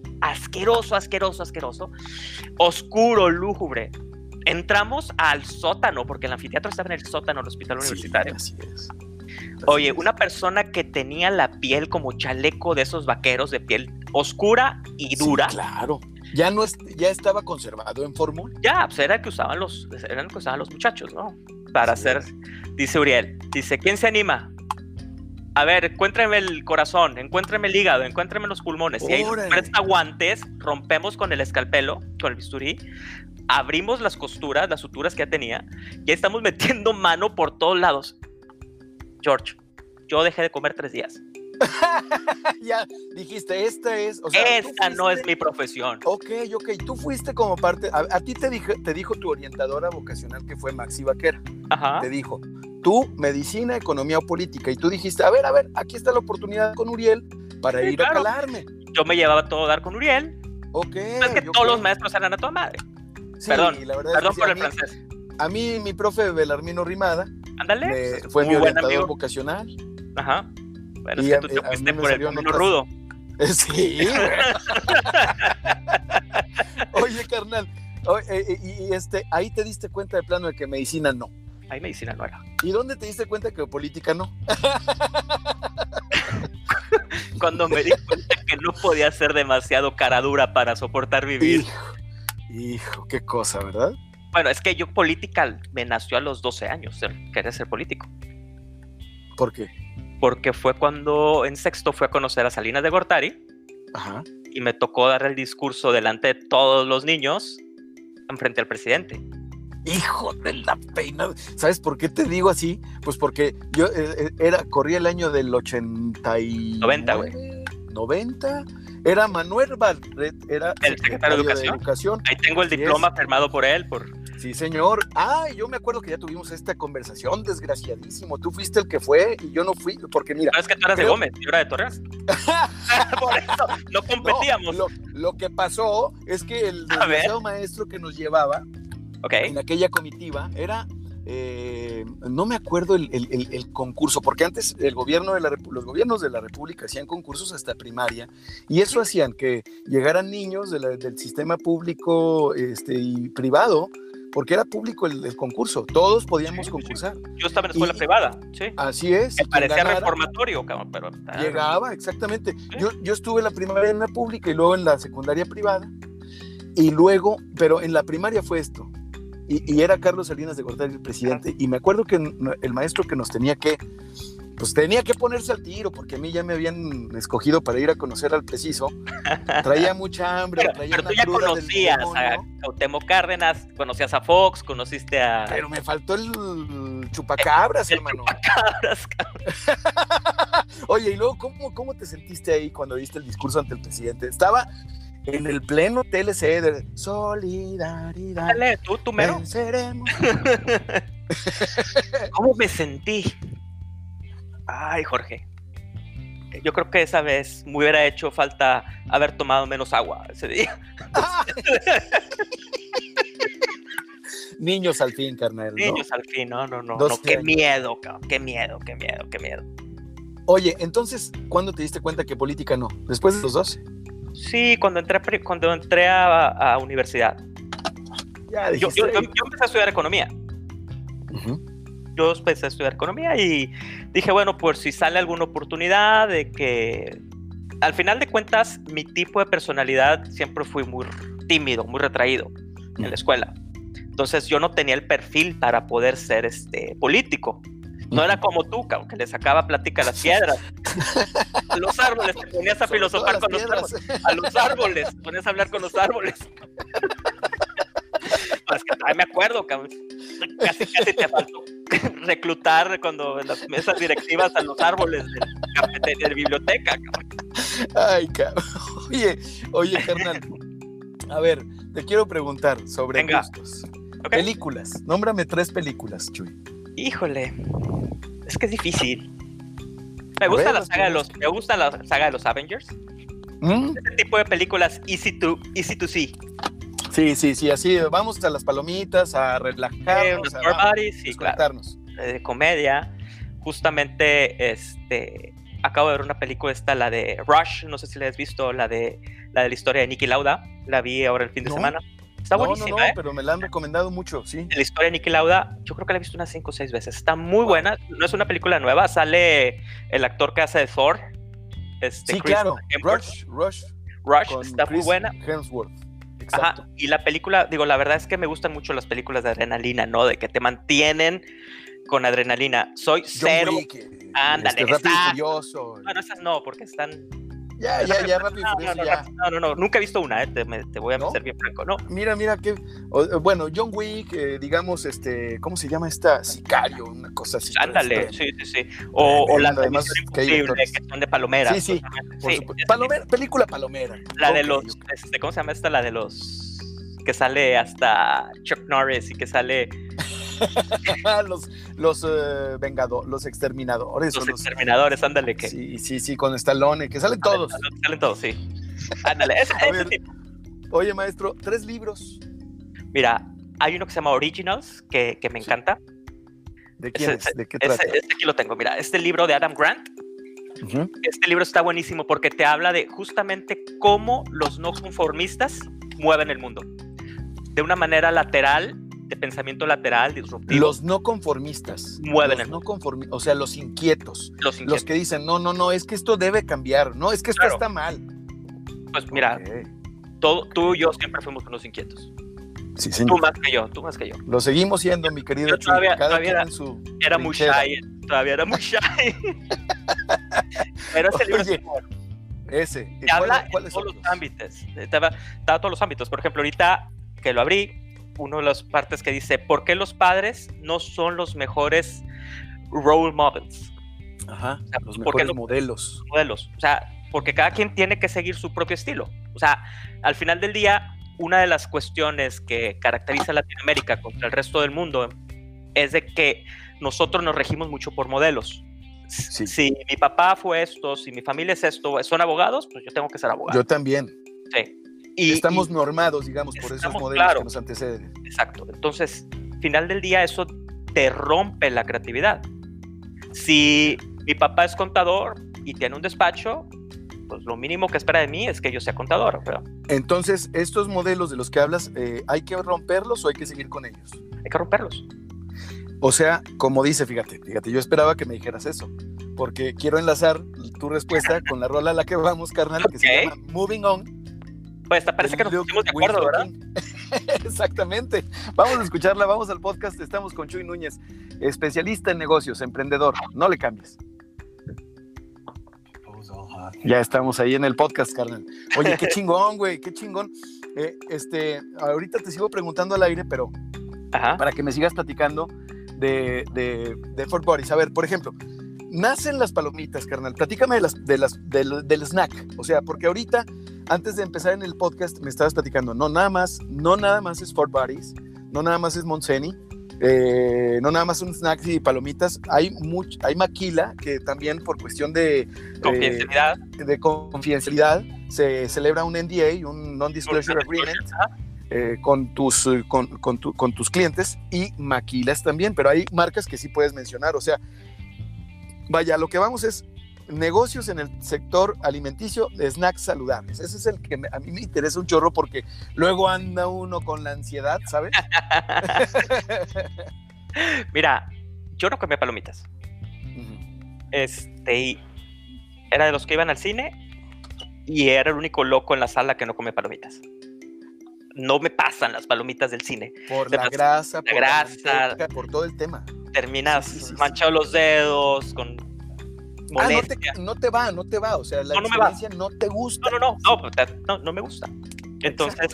Oscuro, lúgubre. Entramos al sótano, porque el anfiteatro estaba en el sótano del hospital universitario. Así es. Oye, una persona que tenía la piel como chaleco de esos vaqueros, de piel oscura y dura. Sí, claro. Ya estaba conservado en fórmula. Ya, pues era el que usaban los muchachos, ¿no? Para hacer, dice Uriel, ¿quién se anima? A ver, encuéntrame el corazón, encuéntrame el hígado, encuéntrame los pulmones. Y ahí nos presta guantes, rompemos con el escalpelo, con el bisturí, abrimos las costuras, las suturas que ya tenía, y ahí estamos metiendo mano por todos lados. George, yo dejé de comer 3 días. Ya dijiste, esta no es mi profesión. Ok, tú fuiste como parte, a ti te dijo tu orientadora vocacional, que fue Maxi Vaquera. Ajá. Te dijo, tú, medicina, economía o política, y tú dijiste, a ver, aquí está la oportunidad con Uriel para ir a calarme. Yo me llevaba todo a dar con Uriel. Ok. Es que todos los maestros eran a toda madre. Sí, perdón por el francés. A mí, mi profe Belarmino Rimada, ándale, fue mi orientador vocacional. Ajá. Bueno, es que tú te fuiste por el camino rudo. Sí. Oye, carnal, ahí te diste cuenta de plano de que medicina no. Ahí medicina no era. ¿Y dónde te diste cuenta que política no? Cuando me di cuenta que no podía ser demasiado cara dura para soportar vivir. Hijo, qué cosa, ¿verdad? Bueno, es que yo política me nació a los 12 años, querer ser político. ¿Por qué? Porque fue cuando en sexto fui a conocer a Salinas de Gortari. Ajá. Y me tocó dar el discurso delante de todos los niños enfrente al presidente. Hijo de la peinada. ¿Sabes por qué te digo así? Pues porque yo corría el año del 90, güey. 90. Era Manuel Barret, era el secretario de Educación. Ahí tengo el diploma firmado por él. Sí, señor. Yo me acuerdo que ya tuvimos esta conversación, desgraciadísimo. Tú fuiste el que fue y yo no fui, porque mira... No, es que tú eras de Gómez, yo era de Torreón. Por eso, no competíamos. No, lo que pasó es que el desgraciado maestro que nos llevaba en aquella comitiva era... no me acuerdo el concurso, porque antes los gobiernos de la República hacían concursos hasta primaria, y eso hacían que llegaran niños del sistema público y privado, porque era público el concurso, todos podíamos concursar. Yo estaba en escuela privada, sí. Así es. Me parecía reformatorio, cabrón, pero... Llegaba, exactamente. ¿Sí? Yo estuve en la primaria en la pública y luego en la secundaria privada, y luego, pero en la primaria fue esto. Y era Carlos Salinas de Gortari el presidente, y me acuerdo que el maestro que nos tenía que pues tenía que ponerse al tiro, porque a mí ya me habían escogido para ir a conocer al Preciso. Traía mucha hambre, traía pero una tú ya cruda del conocías a demonio. Cuauhtémoc Cárdenas, conocías a Fox, conociste a... Pero me faltó el chupacabras, hermano. Chupacabras, cabrón. Oye, y luego, ¿cómo te sentiste ahí cuando diste el discurso ante el presidente? Estaba en el pleno TLC de solidaridad. Dale, tú mero. Venceremos. ¿Cómo me sentí? Ay, Jorge. Yo creo que esa vez me hubiera hecho falta haber tomado menos agua ese día. Niños al fin, carnal, ¿no? Niños al fin, no. 12 Qué años. miedo, cabrón. Qué miedo. Oye, entonces, ¿cuándo te diste cuenta que política no? ¿Después de los 12? Sí, cuando entré a universidad. Ya Yo dijiste. empecé a estudiar economía. Ujú. Yo empecé a estudiar economía y dije, bueno, pues si sale alguna oportunidad de que... Al final de cuentas, mi tipo de personalidad siempre fui muy tímido, muy retraído en la escuela. Entonces yo no tenía el perfil para poder ser político. No era como tú, cabrón, que le sacaba plática a las piedras. A los árboles, te ponías a Sobre filosofar todo con las los árboles. piedras. A los árboles, te ponías a hablar con los árboles. Es que todavía me acuerdo, cabrón. Casi te faltó reclutar cuando en las mesas directivas a los árboles de la biblioteca, cabrón. Ay, cabrón. Oye, carnal. A ver, te quiero preguntar sobre Venga. gustos. Okay. Películas. Nómbrame 3 películas, Chuy. Híjole, es que es difícil. Me gusta la saga de los Avengers. ¿Mm? Ese tipo de películas easy to see. Sí, así vamos a las palomitas, a relajarnos, a Desconectarnos. De comedia. Justamente, acabo de ver una película la de Rush, no sé si la has visto, la de la historia de Niki Lauda. La vi ahora el fin de semana. Está buenísima, No, pero me la han recomendado mucho, sí. La historia de Niki Lauda, yo creo que la he visto unas 5 o 6 veces. Está muy buena. No es una película nueva. Sale el actor que hace de Thor. Sí, Chris claro. Hemsworth. Rush Está Chris muy buena. Hemsworth. Exacto. Ajá. Y la película, la verdad es que me gustan mucho las películas de adrenalina, ¿no? De que te mantienen con adrenalina. Soy cero. John Wick, Ándale. Rápido y Furioso. Bueno, esas no, porque están... Ya, Rápido y Furioso, No, nunca he visto una, te voy a ser bien franco, ¿no? Mira, que... bueno, John Wick, digamos, ¿cómo se llama esta? Sicario, una cosa así. Ándale, sí. O las de además, Misión Imposible, que son de palomeras. Sí, por supuesto. Película palomera. La de los... ¿Cómo se llama esta? La de los... Que sale hasta Chuck Norris y que sale... los exterminadores. Los exterminadores, ándale. Que... Sí, con Stallone, que salen todos. Salen todos, sí. Ándale, ese tipo. Oye, maestro, 3 libros. Mira, hay uno que se llama Originals, que me encanta. ¿De quién es? ¿De qué trata? Aquí lo tengo, mira, este libro de Adam Grant. Uh-huh. Este libro está buenísimo porque te habla de justamente cómo los no conformistas mueven el mundo. De una manera lateral, de pensamiento lateral, disruptivo. Los no conformistas mueven el mundo. O sea, los inquietos. Los que dicen, no, es que esto debe cambiar. No, es que esto está mal. Pues mira, tú y yo siempre fuimos unos inquietos. Sí, señor. Tú más que yo. Lo seguimos siendo, mi querido Chuy. Todavía era muy shy. Todavía era muy shy. Pero ese libro es bueno. Ese. Te habla en todos los ámbitos. Te habla todos los ámbitos. Por ejemplo, ahorita que lo abrí, una de las partes que dice, ¿por qué los padres no son los mejores role models? Ajá, o sea, los mejores modelos. O sea, porque cada quien tiene que seguir su propio estilo. O sea, al final del día, una de las cuestiones que caracteriza a Latinoamérica contra el resto del mundo es de que nosotros nos regimos mucho por modelos. Sí. Si mi papá fue esto, si mi familia es esto, son abogados, pues yo tengo que ser abogado. Yo también. Sí. Estamos normados, digamos, por esos modelos que nos anteceden. Exacto. Entonces, final del día, eso te rompe la creatividad. Si mi papá es contador y tiene un despacho, pues lo mínimo que espera de mí es que yo sea contador, ¿verdad? Entonces, estos modelos de los que hablas, ¿hay que romperlos o hay que seguir con ellos? Hay que romperlos. O sea, como dice, fíjate, yo esperaba que me dijeras eso, porque quiero enlazar tu respuesta con la rola a la que vamos, carnal, que se llama Moving On. Pues parece que nos pusimos de acuerdo, ¿verdad? Exactamente. Vamos a escucharla, vamos al podcast. Estamos con Chuy Núñez, especialista en negocios, emprendedor. No le cambies. Ya estamos ahí en el podcast, carnal. Oye, qué chingón, güey, qué chingón. Ahorita te sigo preguntando al aire, pero para que me sigas platicando de Fort Boris. A ver, por ejemplo, nacen las palomitas, carnal. Platícame del snack. O sea, porque ahorita, antes de empezar en el podcast, me estabas platicando, no nada más es Fort Boris, no nada más es Montseny, no nada más un snack y palomitas, hay maquila que también por cuestión de confidencialidad se celebra un NDA, un Non-Disclosure Agreement con tus clientes, y maquilas también, pero hay marcas que sí puedes mencionar. O sea, vaya, lo que vamos es negocios en el sector alimenticio de snacks saludables. Ese es el que a mí me interesa un chorro, porque luego anda uno con la ansiedad, ¿sabes? Mira, yo no comía palomitas. Era de los que iban al cine y era el único loco en la sala que no comía palomitas. No me pasan las palomitas del cine. Por la grasa, por todo el tema. Terminas manchado los dedos con molestia. No te va. O sea, la experiencia no te gusta. No me gusta. Entonces,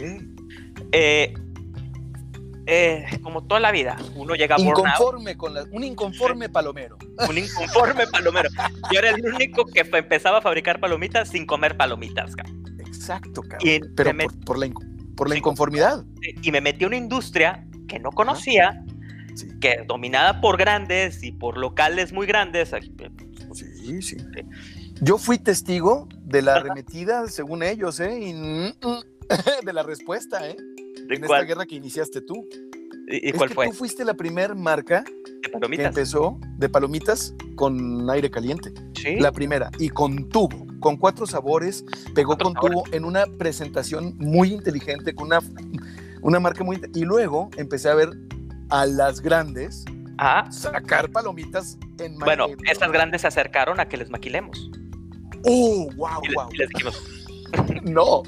como toda la vida, uno llega a un inconforme palomero. Un inconforme palomero. Yo era el único que empezaba a fabricar palomitas sin comer palomitas, cabrón. Exacto, cabrón. Pero por la inconformidad. Y me metí a una industria que no conocía, que dominada por grandes y por locales muy grandes. Sí. Yo fui testigo de la arremetida, según ellos, y de la respuesta, en esta guerra que iniciaste tú. ¿Y cuál fue? Tú fuiste la primer marca que empezó de palomitas con aire caliente. Sí. La primera, y con tubo, con 4 sabores, pegó con tubo en una presentación muy inteligente, con una marca muy... Y luego empecé a ver a las grandes sacar palomitas en Bueno, estas grandes se acercaron a que les maquilemos. Wow. Y les dijimos... No.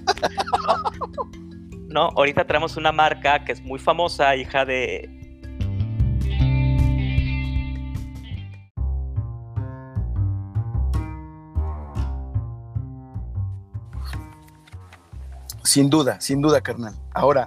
No, ahorita traemos una marca que es muy famosa, hija de... Sin duda, carnal. Ahora,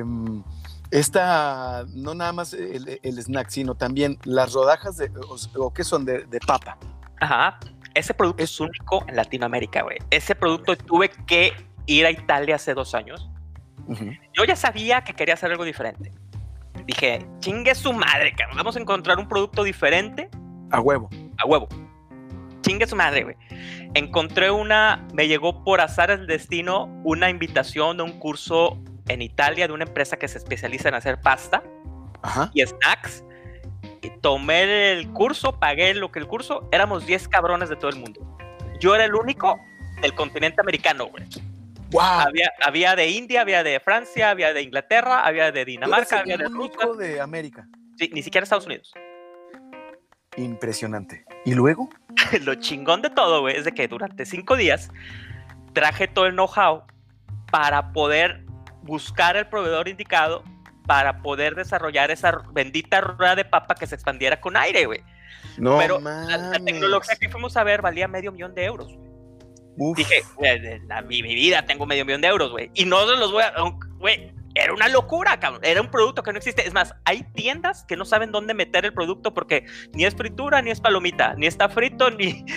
esta, no nada más el snack, sino también las rodajas o qué son de papa. Ese producto es único en Latinoamérica, güey. Ese producto tuve que ir a Italia hace 2 años. Yo ya sabía que quería hacer algo diferente. Dije, chingue su madre, cabrón. Vamos a encontrar un producto diferente. A huevo. Chingue su madre, güey. Encontré me llegó por azar el destino una invitación de un curso en Italia de una empresa que se especializa en hacer pasta y snacks. Y tomé el curso, pagué lo que el curso, éramos 10 cabrones de todo el mundo. Yo era el único del continente americano, güey. Wow. Había de India, había de Francia, había de Inglaterra, había de Dinamarca, había de Rusia. De América. Sí, ni siquiera Estados Unidos. Impresionante. ¿Y luego? Lo chingón de todo, güey, es de que durante 5 días traje todo el know-how para poder buscar el proveedor indicado para poder desarrollar esa bendita rueda de papa que se expandiera con aire, güey. No, pero la tecnología que fuimos a ver valía $500,000, güey. Dije, mi vida tengo $500,000, güey. Y no los voy a... Güey, era una locura, cabrón. Era un producto que no existe. Es más, hay tiendas que no saben dónde meter el producto porque ni es fritura, ni es palomita, ni está frito, ni...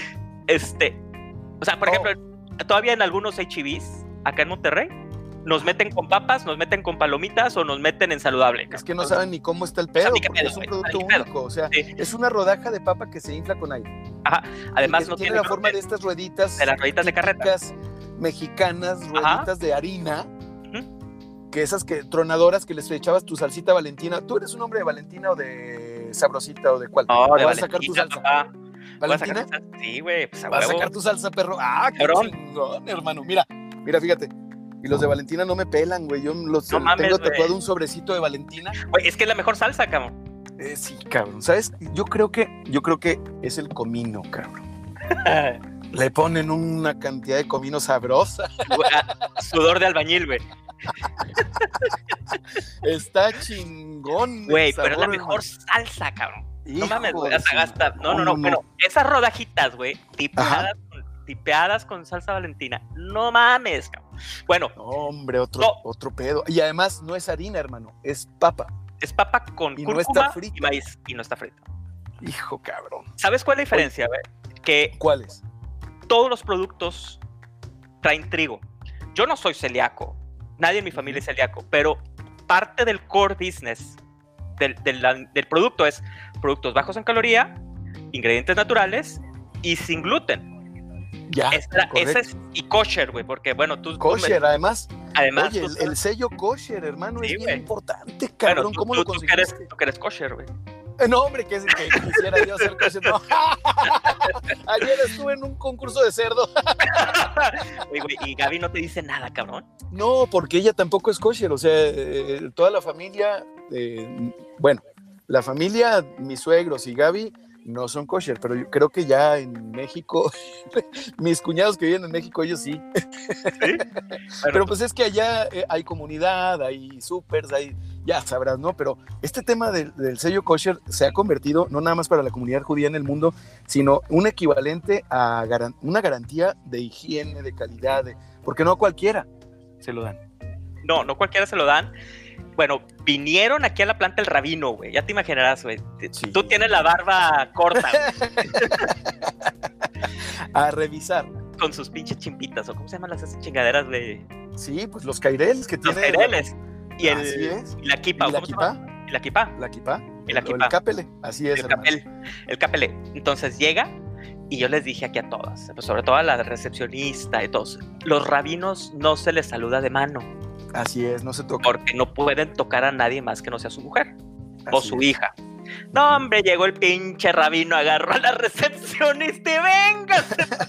O sea, por ejemplo, todavía en algunos H-E-Bs, acá en Monterrey, nos meten con papas, nos meten con palomitas o nos meten en saludable. Es que no saben ni cómo está el pedo, porque es un producto único. O sea, es una rodaja de papa que se infla con aire. Además no tiene la forma de estas rueditas. De las rueditas de carreta. Mexicanas, rueditas de harina. Que esas tronadoras que les echabas tu salsita Valentina. ¿Tú eres un hombre de Valentina o de Sabrosita o de cuál? No, de ¿Vas a sacar tu salsa? Papá. ¿Valentina? Sí, güey. Pues ¿Vas a sacar tu salsa, perro? ¡Qué chingón, hermano! Mira, fíjate. Y los de Valentina no me pelan, güey. Yo tengo tatuado un sobrecito de Valentina. Güey, es que es la mejor salsa, cabrón. Sí, cabrón. ¿Sabes? Yo creo que es el comino, cabrón. Le ponen una cantidad de comino sabrosa. Sudor de albañil, güey. Está chingón. Güey, pero es la mejor salsa, cabrón. No mames, güey. No. Bueno, esas rodajitas, güey, tipeadas con salsa Valentina. No mames, cabrón. Bueno. No, hombre, otro pedo. Y además no es harina, hermano, es papa. Es papa con cúrcuma y maíz, y no está frita. Hijo, cabrón. ¿Sabes cuál es la diferencia, güey? Que ¿cuál es? Todos los productos traen trigo. Yo no soy celíaco, nadie en mi familia es celíaco, pero parte del core business del producto es productos bajos en caloría, ingredientes naturales y sin gluten. Ya, ese es, y kosher, güey, porque bueno, kosher, además oye, tú, el sello kosher, hermano, sí, es bien importante, bueno, cabrón. ¿Cómo lo conseguiste? Tú que eres kosher, güey. No, hombre, que quisiera yo ser kosher, no. Ayer estuve en un concurso de cerdo. Güey, y Gaby no te dice nada, cabrón. No, porque ella tampoco es kosher, o sea, toda la familia, bueno, la familia, mis suegros y Gaby no son kosher, pero yo creo que ya en México, mis cuñados que viven en México, ellos sí. ¿Sí? Bueno, pero pues es que allá hay comunidad, hay supers, ya sabrás, ¿no? Pero este tema del sello kosher se ha convertido, no nada más para la comunidad judía en el mundo, sino un equivalente a una garantía de higiene, de calidad, porque no a cualquiera se lo dan. No cualquiera se lo dan. Bueno, vinieron aquí a la planta el rabino, güey. Ya te imaginarás, güey. Sí. Tú tienes la barba corta, güey. A revisar. Con sus pinches chimpitas, o ¿cómo se llaman esas chingaderas, güey? Sí, pues los caireles que tienen. Los caireles. Y la kipa. ¿Y la kipa? ¿Y la kipa? La kipa. Y la kipa. El capele, así es. El capele. Entonces llega, y yo les dije aquí a todas, sobre todo a la recepcionista y todos, los rabinos no se les saluda de mano. Así es, no se toca. Porque no pueden tocar a nadie más que no sea su mujer o su hija. No, hombre, llegó el pinche rabino, agarró a la recepcionista y venga.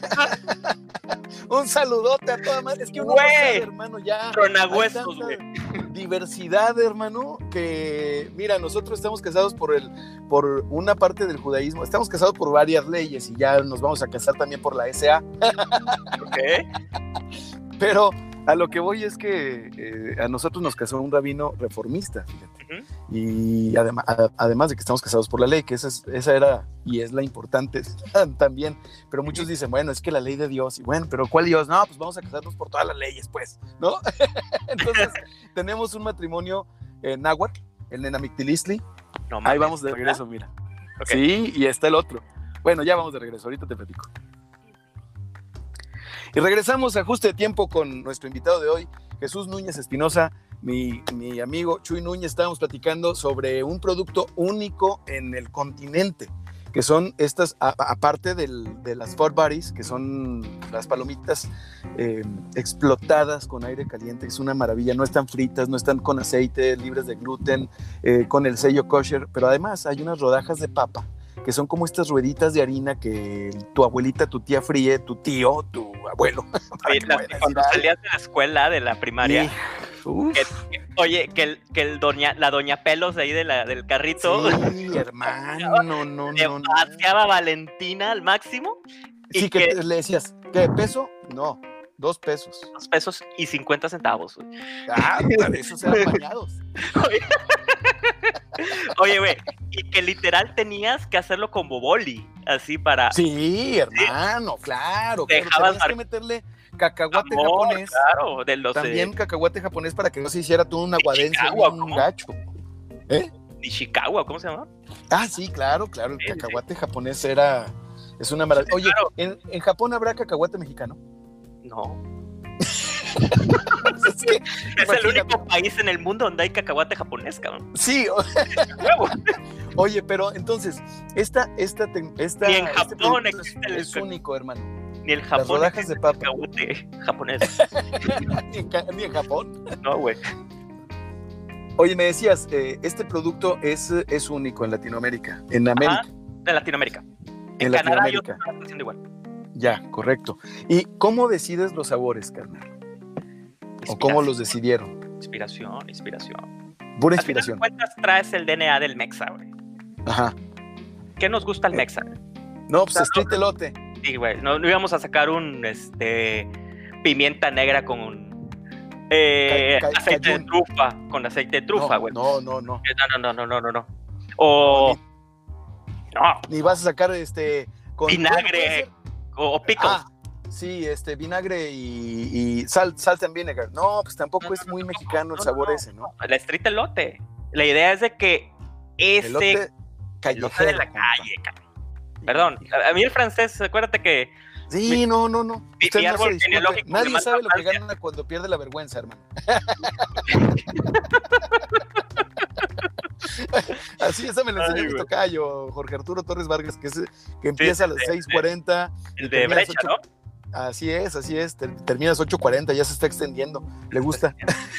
Un saludote a toda madre. Es que uno no sabe, hermano, ya. Tronahuesos, güey. Diversidad, hermano, que mira, nosotros estamos casados por una parte del judaísmo. Estamos casados por varias leyes y ya nos vamos a casar también por la SA. Ok. Pero a lo que voy es que a nosotros nos casó un rabino reformista, fíjate. Uh-huh. Y además de que estamos casados por la ley, que esa era y es la importante también. Pero muchos dicen, bueno, es que la ley de Dios, y bueno, pero ¿cuál Dios? No, pues vamos a casarnos por todas las leyes, pues, ¿no? Entonces, tenemos un matrimonio náhuatl, el Nenamictilistli. No, ahí vamos de regreso, mira. Okay. Sí, y está el otro. Bueno, ya vamos de regreso, ahorita te platico. Y regresamos a Ajuste de Tiempo con nuestro invitado de hoy, Jesús Núñez Espinosa, mi amigo Chuy Núñez. Estábamos platicando sobre un producto único en el continente, que son estas, aparte de las Fort Buddies, que son las palomitas explotadas con aire caliente. Es una maravilla, no están fritas, no están con aceite, libres de gluten, con el sello kosher, pero además hay unas rodajas de papa, que son como estas rueditas de harina que tu abuelita, tu tía fríe, tu tío, tu abuelo. Cuando salías de la escuela, de la primaria, la doña Pelos de ahí del carrito. Sí, hermano, no. Paseaba Valentina al máximo. Sí, que le decías, ¿qué peso? No, 2 pesos. 2 pesos y 50 centavos. Para eso se dan bañados. Oye, güey, y que literal tenías que hacerlo con boboli, así para... Sí, hermano, ¿sí? Claro. Dejabas tenías que meterle cacahuate japonés. Claro, de los... También cacahuate japonés para que no se hiciera tú un aguadense un gacho. Nishikawa, ¿cómo se llama? Sí, claro, el cacahuate japonés es una maravilla. Oye, claro. ¿En Japón habrá cacahuate mexicano? No. Es el único país en el mundo donde hay cacahuate japonés, cabrón. Sí. Oye, pero entonces, esta ni en Japón es único, hermano. Ni el Japón. Las rodajas de papa. Cacahuate japonés. ni en Japón. No, güey. Oye, me decías, este producto es único en Latinoamérica, en América. En Latinoamérica. En Canadá yo estoy haciendo igual. Ya, correcto. ¿Y cómo decides los sabores, carnal? ¿O cómo los decidieron? Inspiración. Pura inspiración. Al final de cuentas traes el DNA del mexa, güey. Ajá. ¿Qué nos gusta el mexa? No, pues street elote. Sí, güey. No íbamos a sacar un pimienta negra con aceite de trufa. Con aceite de trufa, güey. No. No. O... No. Ni vas a sacar con vinagre o pickles. Sí, vinagre y salt and vinegar. No, pues tampoco es muy mexicano el sabor ese, ¿no? La street elote. La idea es de que Elote elote callejero. de la calle, cabrón. Perdón, a mí el francés, acuérdate que Sí, no. Usted mi no árbol se discute. genealógico me Nadie manda sabe a lo que Francia. gana cuando pierde la vergüenza, hermano. Así, esa me lo enseñó Ay, mi güey. tocayo, Jorge Arturo Torres Vargas, que empieza a las 6:40. El de brecha, ¿no? Así es, terminas 8:40, ya se está extendiendo, le gusta.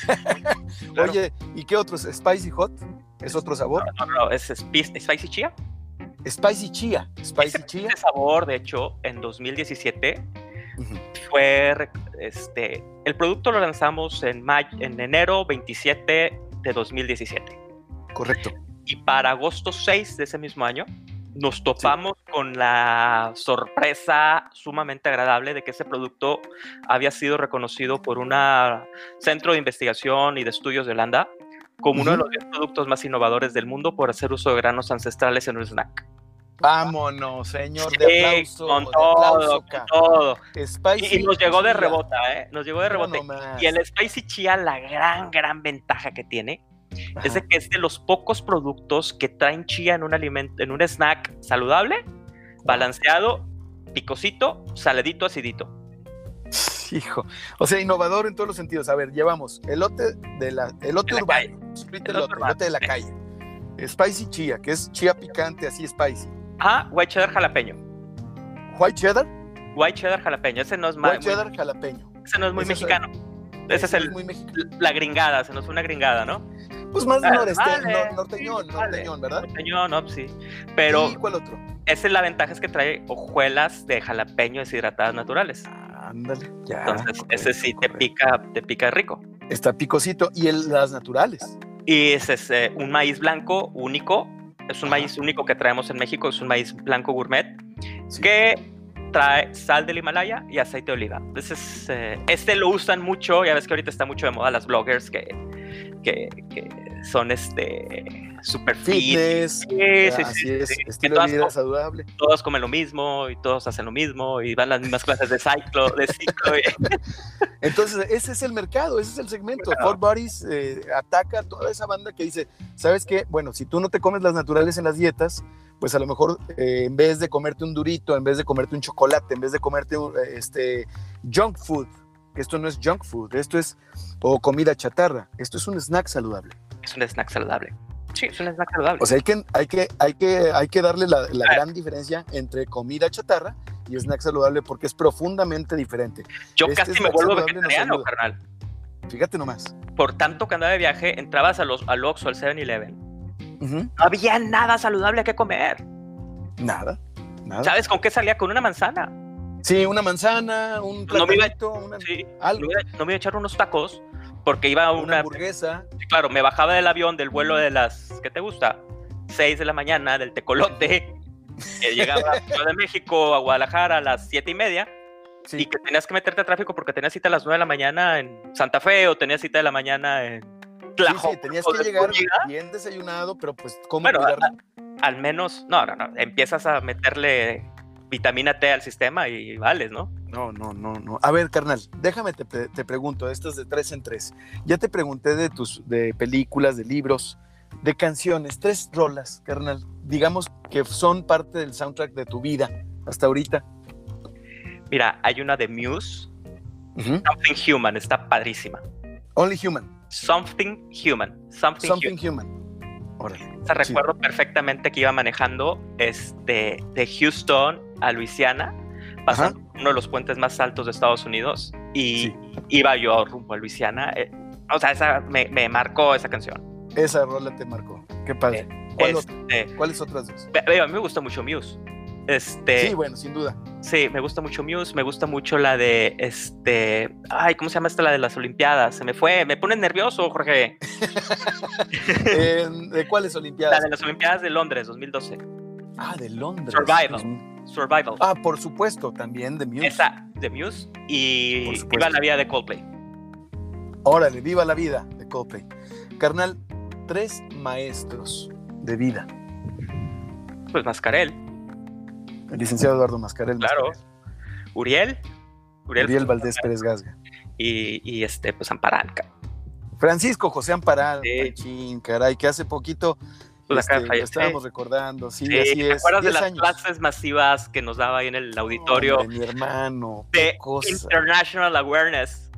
Claro. Oye, ¿y qué otros? ¿Spicy Hot? ¿Es otro sabor? No, es Spicy Chia. Spicy Chia. Ese sabor, de hecho, en 2017 Ujú. fue, el producto lo lanzamos en enero 27 de 2017. Correcto. Y para agosto 6 de ese mismo año nos topamos con la sorpresa sumamente agradable de que ese producto había sido reconocido por un centro de investigación y de estudios de Holanda como uno de los 10 productos más innovadores del mundo por hacer uso de granos ancestrales en un snack. Vámonos, señor, Sí, de aplauso. con de todo, aplauso, con todo. Spicy Y nos llegó de Chia. rebota, Nos llegó de No, rebote. nomás. Y el Spicy Chia, la gran ventaja que tiene Ajá. es de que es de los pocos productos que traen chía en un alimento, en un snack saludable, balanceado, picosito, saladito, acidito. Hijo, o sea, innovador en todos los sentidos. A ver, llevamos elote urbano, street elote de la calle, spicy chía, que es chía picante, así spicy. White cheddar jalapeño. White cheddar, Jalapeño. Ese no es white cheddar jalapeño. Ese no es muy Ese mexicano. Ese es muy mexicano. la gringada, se nos fue una gringada, ¿no? Pues más Vale, norteñón, ¿verdad? Norteñón, no, sí. Pero ¿Y cuál otro? esa es la ventaja, es que trae hojuelas de jalapeño deshidratadas naturales. Ándale, ya. Entonces, correcto, ese sí correcto. te pica rico. Está picosito. ¿Y las naturales? Y ese es un maíz blanco único. Es un maíz único que traemos en México. Es un maíz blanco gourmet Sí. que trae sal del Himalaya y aceite de oliva. Entonces, lo usan mucho. Ya ves que ahorita está mucho de moda las bloggers que son super Fitness. Así es, sí. estilo de vida saludable. Todos comen lo mismo y todos hacen lo mismo y van las mismas clases de ciclo. Entonces, ese es el mercado, ese es el segmento. Claro. Four Bodies ataca a toda esa banda que dice, ¿sabes qué? Bueno, si tú no te comes las naturales en las dietas, pues a lo mejor en vez de comerte un durito, en vez de comerte un chocolate, en vez de comerte junk food, que esto no es junk food, esto es o comida chatarra, esto es un snack saludable. Es un snack saludable. Sí, es un snack saludable. O sea, hay que darle la gran diferencia entre comida chatarra y snack saludable porque es profundamente diferente. Yo casi me snack vuelvo saludable nos vegetariano, ayuda. carnal. Fíjate nomás. Por tanto que andaba de viaje, entrabas al Oxxo, al 7-Eleven. Uh-huh. No había nada saludable que comer. Nada. ¿Sabes con qué salía? Con una manzana. Sí, una manzana, un platanito, algo. No me iba a echar unos tacos porque iba a una hamburguesa. Claro, me bajaba del avión del vuelo de las, ¿qué te gusta? 6 de la mañana del Tecolote, que llegaba a Ciudad de México, a Guadalajara a las 7:30, sí. Y que tenías que meterte a tráfico porque tenías cita a las 9 de la mañana en Santa Fe o tenías cita de la mañana en Tlajoc. Sí, tenías que llegar bien desayunado, pero pues, ¿cómo al menos, no, empiezas a meterle vitamina T al sistema y vales, ¿no? No. A ver, carnal, déjame te pregunto, estas de 3 en 3. Ya te pregunté de películas, de libros, de canciones, 3 rolas, carnal, digamos que son parte del soundtrack de tu vida hasta ahorita. Mira, hay una de Muse, Something Human, está padrísima. Only Human. Something Human. Órale. Recuerdo perfectamente que iba manejando de Houston a Luisiana, pasando uno de los puentes más altos de Estados Unidos, y iba yo rumbo a Luisiana. O sea, esa me marcó esa canción. Esa rola te marcó. Qué padre. ¿Cuáles otras dos? A mí me gusta mucho Muse. Sí, bueno, sin duda. Sí, me gusta mucho Muse, me gusta mucho la de ay, ¿cómo se llama esta? La de las Olimpiadas. Me pone nervioso, Jorge. ¿De cuáles Olimpiadas? La de las Olimpiadas de Londres, 2012. De Londres. Survival. Por supuesto, también de Muse. Esa, de Muse y Viva la vida de Coldplay. Órale, Viva la vida de Coldplay. Carnal, 3 maestros de vida. Pues Mascarell. El licenciado Eduardo Mascarell. Claro. Uriel. Uriel Valdés Pérez Gasga. Y pues Amparal, Francisco José Amparal, sí. Panchín, caray, que hace poquito lo estábamos recordando, sí, así ¿Te es. acuerdas de las clases masivas que nos daba ahí en el auditorio? Hombre, mi hermano, de International Awareness.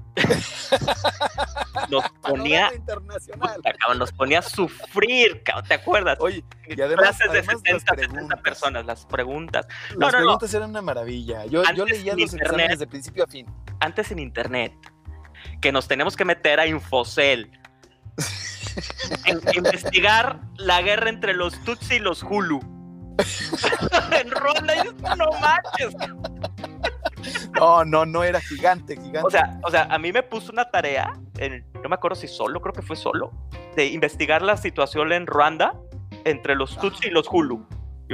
Nos ponía a sufrir, ¿te acuerdas? Oye, y además, clases de 70 personas, las preguntas. Las preguntas eran una maravilla. Yo leía los exámenes de principio a fin. Antes en internet, que nos teníamos que meter a Infocel. Investigar la guerra entre los Tutsi y los Hulu. En Ruanda, no manches. No, era gigante. O sea, a mí me puso una tarea, no me acuerdo si creo que fue solo, de investigar la situación en Ruanda entre los Tutsi y los Hulu.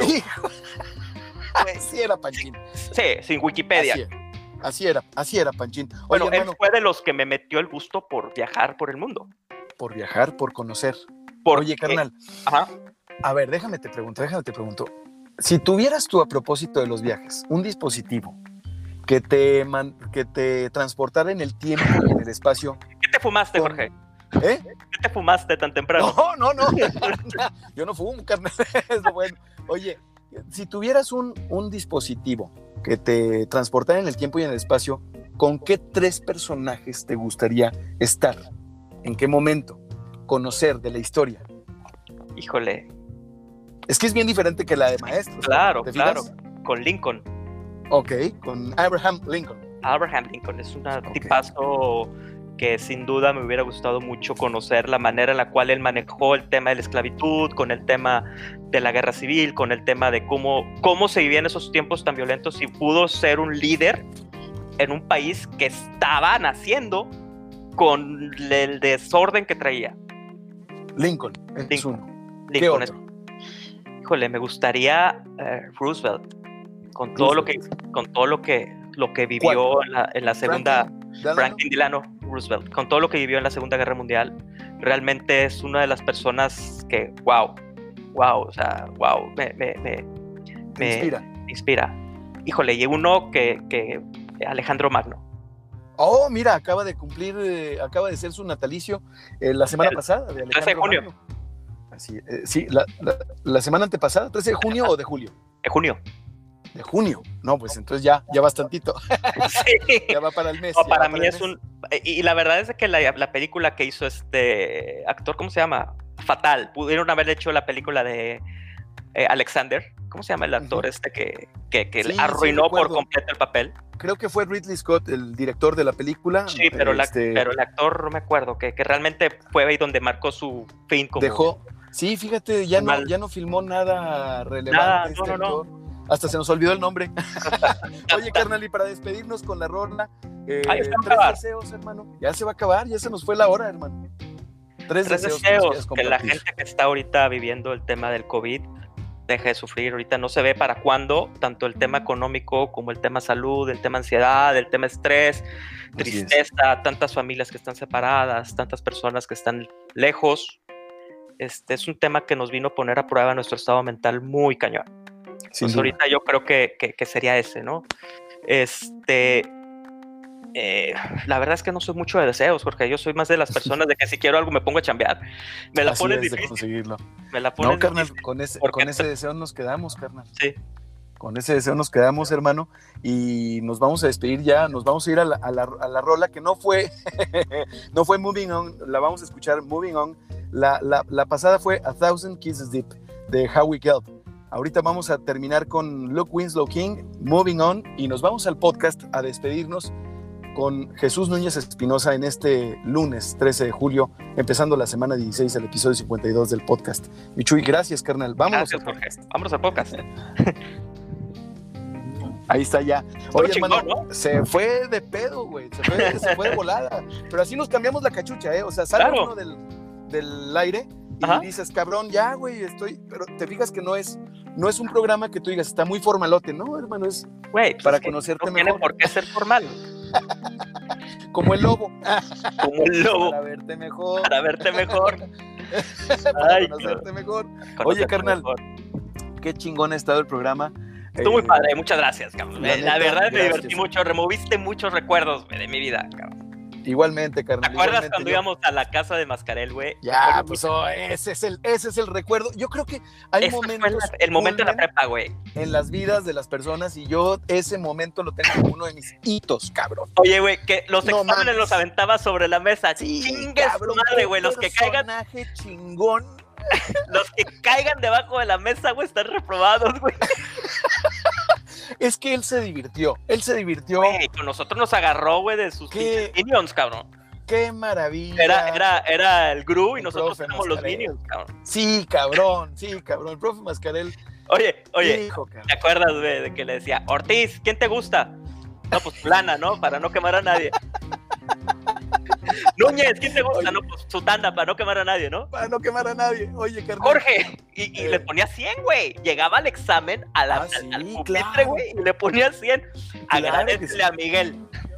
Sí era, Panchín. Sí, sin Wikipedia. Así era, Panchín. Oye, bueno, hermano, él fue de los que me metió el gusto por viajar por el mundo. Por viajar, por conocer. Oye, carnal. Ajá. A ver, déjame te pregunto. Si tuvieras tú, a propósito de los viajes, un dispositivo que te transportara en el tiempo y en el espacio. ¿Qué te fumaste, Jorge? ¿Eh? ¿Qué te fumaste tan temprano? No. Yo no fumo, carnal. Es lo bueno. Oye, si tuvieras un dispositivo que te transportara en el tiempo y en el espacio, ¿con qué 3 personajes te gustaría estar? ¿En qué momento? Conocer de la historia. Híjole. Es que es bien diferente que la de maestros. Claro. Con Lincoln. Ok, con Abraham Lincoln. Abraham Lincoln es un tipazo que sin duda me hubiera gustado mucho conocer la manera en la cual él manejó el tema de la esclavitud, con el tema de la guerra civil, con el tema de cómo se vivían esos tiempos tan violentos y pudo ser un líder en un país que estaba naciendo con el desorden que traía. Lincoln es uno. ¿Qué Lincoln otro? Híjole, me gustaría Roosevelt con todo lo que vivió en la segunda. Franklin Delano Roosevelt, con todo lo que vivió en la Segunda Guerra Mundial, realmente es una de las personas que me inspira. Híjole, y uno que Alejandro Magno. Oh, mira, acaba de ser su natalicio la semana pasada de Alejandro 13 de junio. Magno. Así, sí, la semana antepasada, 13 de junio o de julio. De junio. De junio. No, pues entonces ya bastantito. Sí. Ya va para el mes. No, para mí es y la verdad es que la película que hizo este actor, ¿cómo se llama? Fatal. Pudieron haber hecho la película de Alexander. ¿Cómo se llama el actor que sí, arruinó por completo el papel? Creo que fue Ridley Scott, el director de la película. Sí, pero el actor no me acuerdo, que realmente fue ahí donde marcó su fin. Dejó. Sí, fíjate, ya no filmó nada relevante. Actor. Hasta se nos olvidó el nombre. Oye, carnal, y para despedirnos con la rola, 3 deseos, hermano. Ya se va a acabar, ya se nos fue la hora, hermano. 3 deseos que la gente que está ahorita viviendo el tema del COVID deje de sufrir. Ahorita no se ve para cuándo, tanto el tema económico como el tema salud, el tema ansiedad, el tema estrés, tristeza, tantas familias que están separadas, tantas personas que están lejos. Es un tema que nos vino a poner a prueba nuestro estado mental muy cañón. Pues ahorita yo creo que sería ese, ¿no? La verdad es que no soy mucho de deseos, porque yo soy más de las personas de que si quiero algo me pongo a chambear. Me la pones difícil. De conseguirlo. Me la pones no, carnal, difícil. con ese deseo nos quedamos, carnal. Sí. Con ese deseo nos quedamos, hermano, y nos vamos a despedir ya, nos vamos a ir a la rola que no fue Moving On, la vamos a escuchar Moving On. La pasada fue A Thousand Kisses Deep de Howie Gelb. Ahorita vamos a terminar con Luke Winslow King, Moving On, y nos vamos al podcast a despedirnos con Jesús Núñez Espinosa en este lunes 13 de julio, empezando la semana 16, el episodio 52 del podcast. Michuy, gracias, carnal. Vámonos al podcast. Ahí está ya. Oye, chingón, hermano, ¿no? Se fue de pedo, güey. Se fue de volada. Pero así nos cambiamos la cachucha, ¿eh? O sea, sale uno del aire y dices, cabrón, ya, güey, pero te fijas que no es un programa que tú digas, está muy formalote. No, hermano, es para conocerte mejor. No tiene por qué ser formal. Como el lobo. Como el lobo. Para verte mejor. Para conocerte mejor. Oye, carnal, qué chingón ha estado el programa. Estuvo muy padre, muchas gracias, cabrón. La verdad me divertí gracias. mucho, removiste muchos recuerdos, güey, de mi vida, cabrón. Igualmente, ¿Te carnal. acuerdas igualmente cuando íbamos a la casa de Mascarel, güey? Ya, pues ese es el recuerdo. Yo creo que hay Ese momentos. fue el momento de la prepa, güey. En las vidas de las personas y yo ese momento lo tengo como uno de mis hitos, cabrón. Oye, güey, que los No exámenes mames. los aventaba sobre la mesa. Sí, Chingue su cabrón, madre, qué güey. Los que caigan, personaje chingón. los que caigan debajo de la mesa, güey, están reprobados, güey. Es que él se divirtió. Güey, con nosotros nos agarró, güey, de sus ¿Qué? minions, cabrón. Qué maravilla. Era el Gru y El nosotros profe éramos los Mascarell. minions, cabrón. Sí, cabrón. El profe Mascarell. Oye, Hijo, cabrón. ¿te acuerdas, güey, de que le decía, Ortiz, ¿quién te gusta? No, pues Plana, ¿no? Para no quemar a nadie. Núñez, ¿quién te gusta? Oye. No, pues Sutanda, para no quemar a nadie, ¿no? Para no quemar a nadie. Oye, carnal. Jorge, y le ponía 100, güey. Llegaba al examen, al sí, pupitre, claro. güey, y le ponía 100. Claro Agradecele que sí. a Miguel.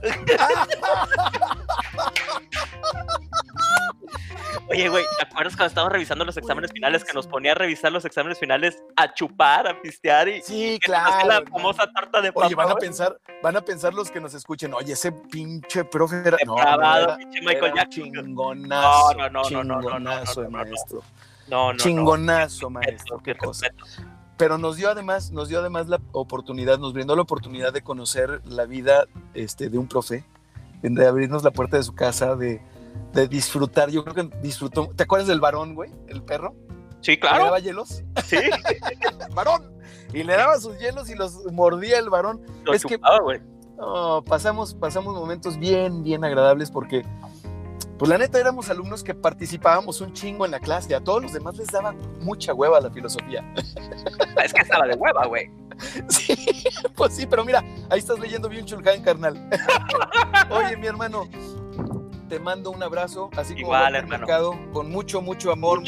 Oye, güey, ¿te acuerdas cuando estábamos revisando los exámenes finales que nos ponía a revisar los exámenes finales, a chupar, a pistear y Sí, que nos hacía claro. la hermano. famosa tarta de papa? Oye, van a güey? pensar los que nos escuchen, oye, ese pinche profe era, Depravado, pinche Michael era Jackson. chingonazo, No, chingonazo de no. maestro, No. chingonazo maestro, qué Respeto. cosa. Pero nos dio además la oportunidad, nos brindó la oportunidad de conocer la vida de un profe, de abrirnos la puerta de su casa, de disfrutar. Yo creo que disfrutó. ¿Te acuerdas del varón, güey? El perro. Sí, ¿Le claro. daba hielos? Sí, ¡Varón! Y le daba sus hielos y los mordía el varón. lo Es que chupaba, güey. pasamos momentos bien agradables porque, pues la neta, éramos alumnos que participábamos un chingo en la clase. A todos los demás les daba mucha hueva la filosofía. Es que estaba de hueva, güey. Sí, pues sí, pero mira, ahí estás leyendo bien Chulhan, carnal. Oye, mi hermano, te mando un abrazo, así como Igual, buen hermano. mercado, con mucho amor,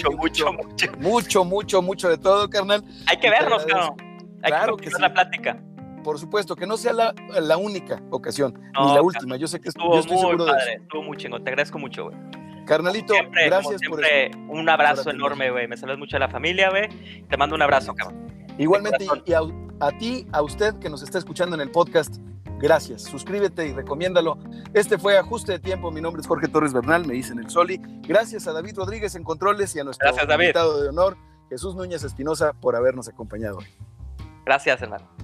mucho de todo, carnal. Hay que Y te vernos, agradezco. cabrón. Hay Claro que que continuar sí. la plática. Por supuesto, que no sea la única ocasión, No, ni la última. Yo sé que Estuvo yo estoy muy seguro padre, de eso. estuvo muy chingón. Te agradezco mucho, güey. Carnalito, Siempre, gracias como por siempre, eso. un abrazo por atender. enorme, güey. Me saludas mucho a la familia, güey. Te mando un abrazo, cabrón. Igualmente, corazón. y a ti, a usted que nos está escuchando en el podcast, gracias. Suscríbete y recomiéndalo. Este fue Ajuste de Tiempo. Mi nombre es Jorge Torres Bernal, me dicen el Soli. Gracias a David Rodríguez en Controles y a nuestro Gracias, David. invitado de honor, Jesús Núñez Espinosa, por habernos acompañado hoy. Gracias, hermano.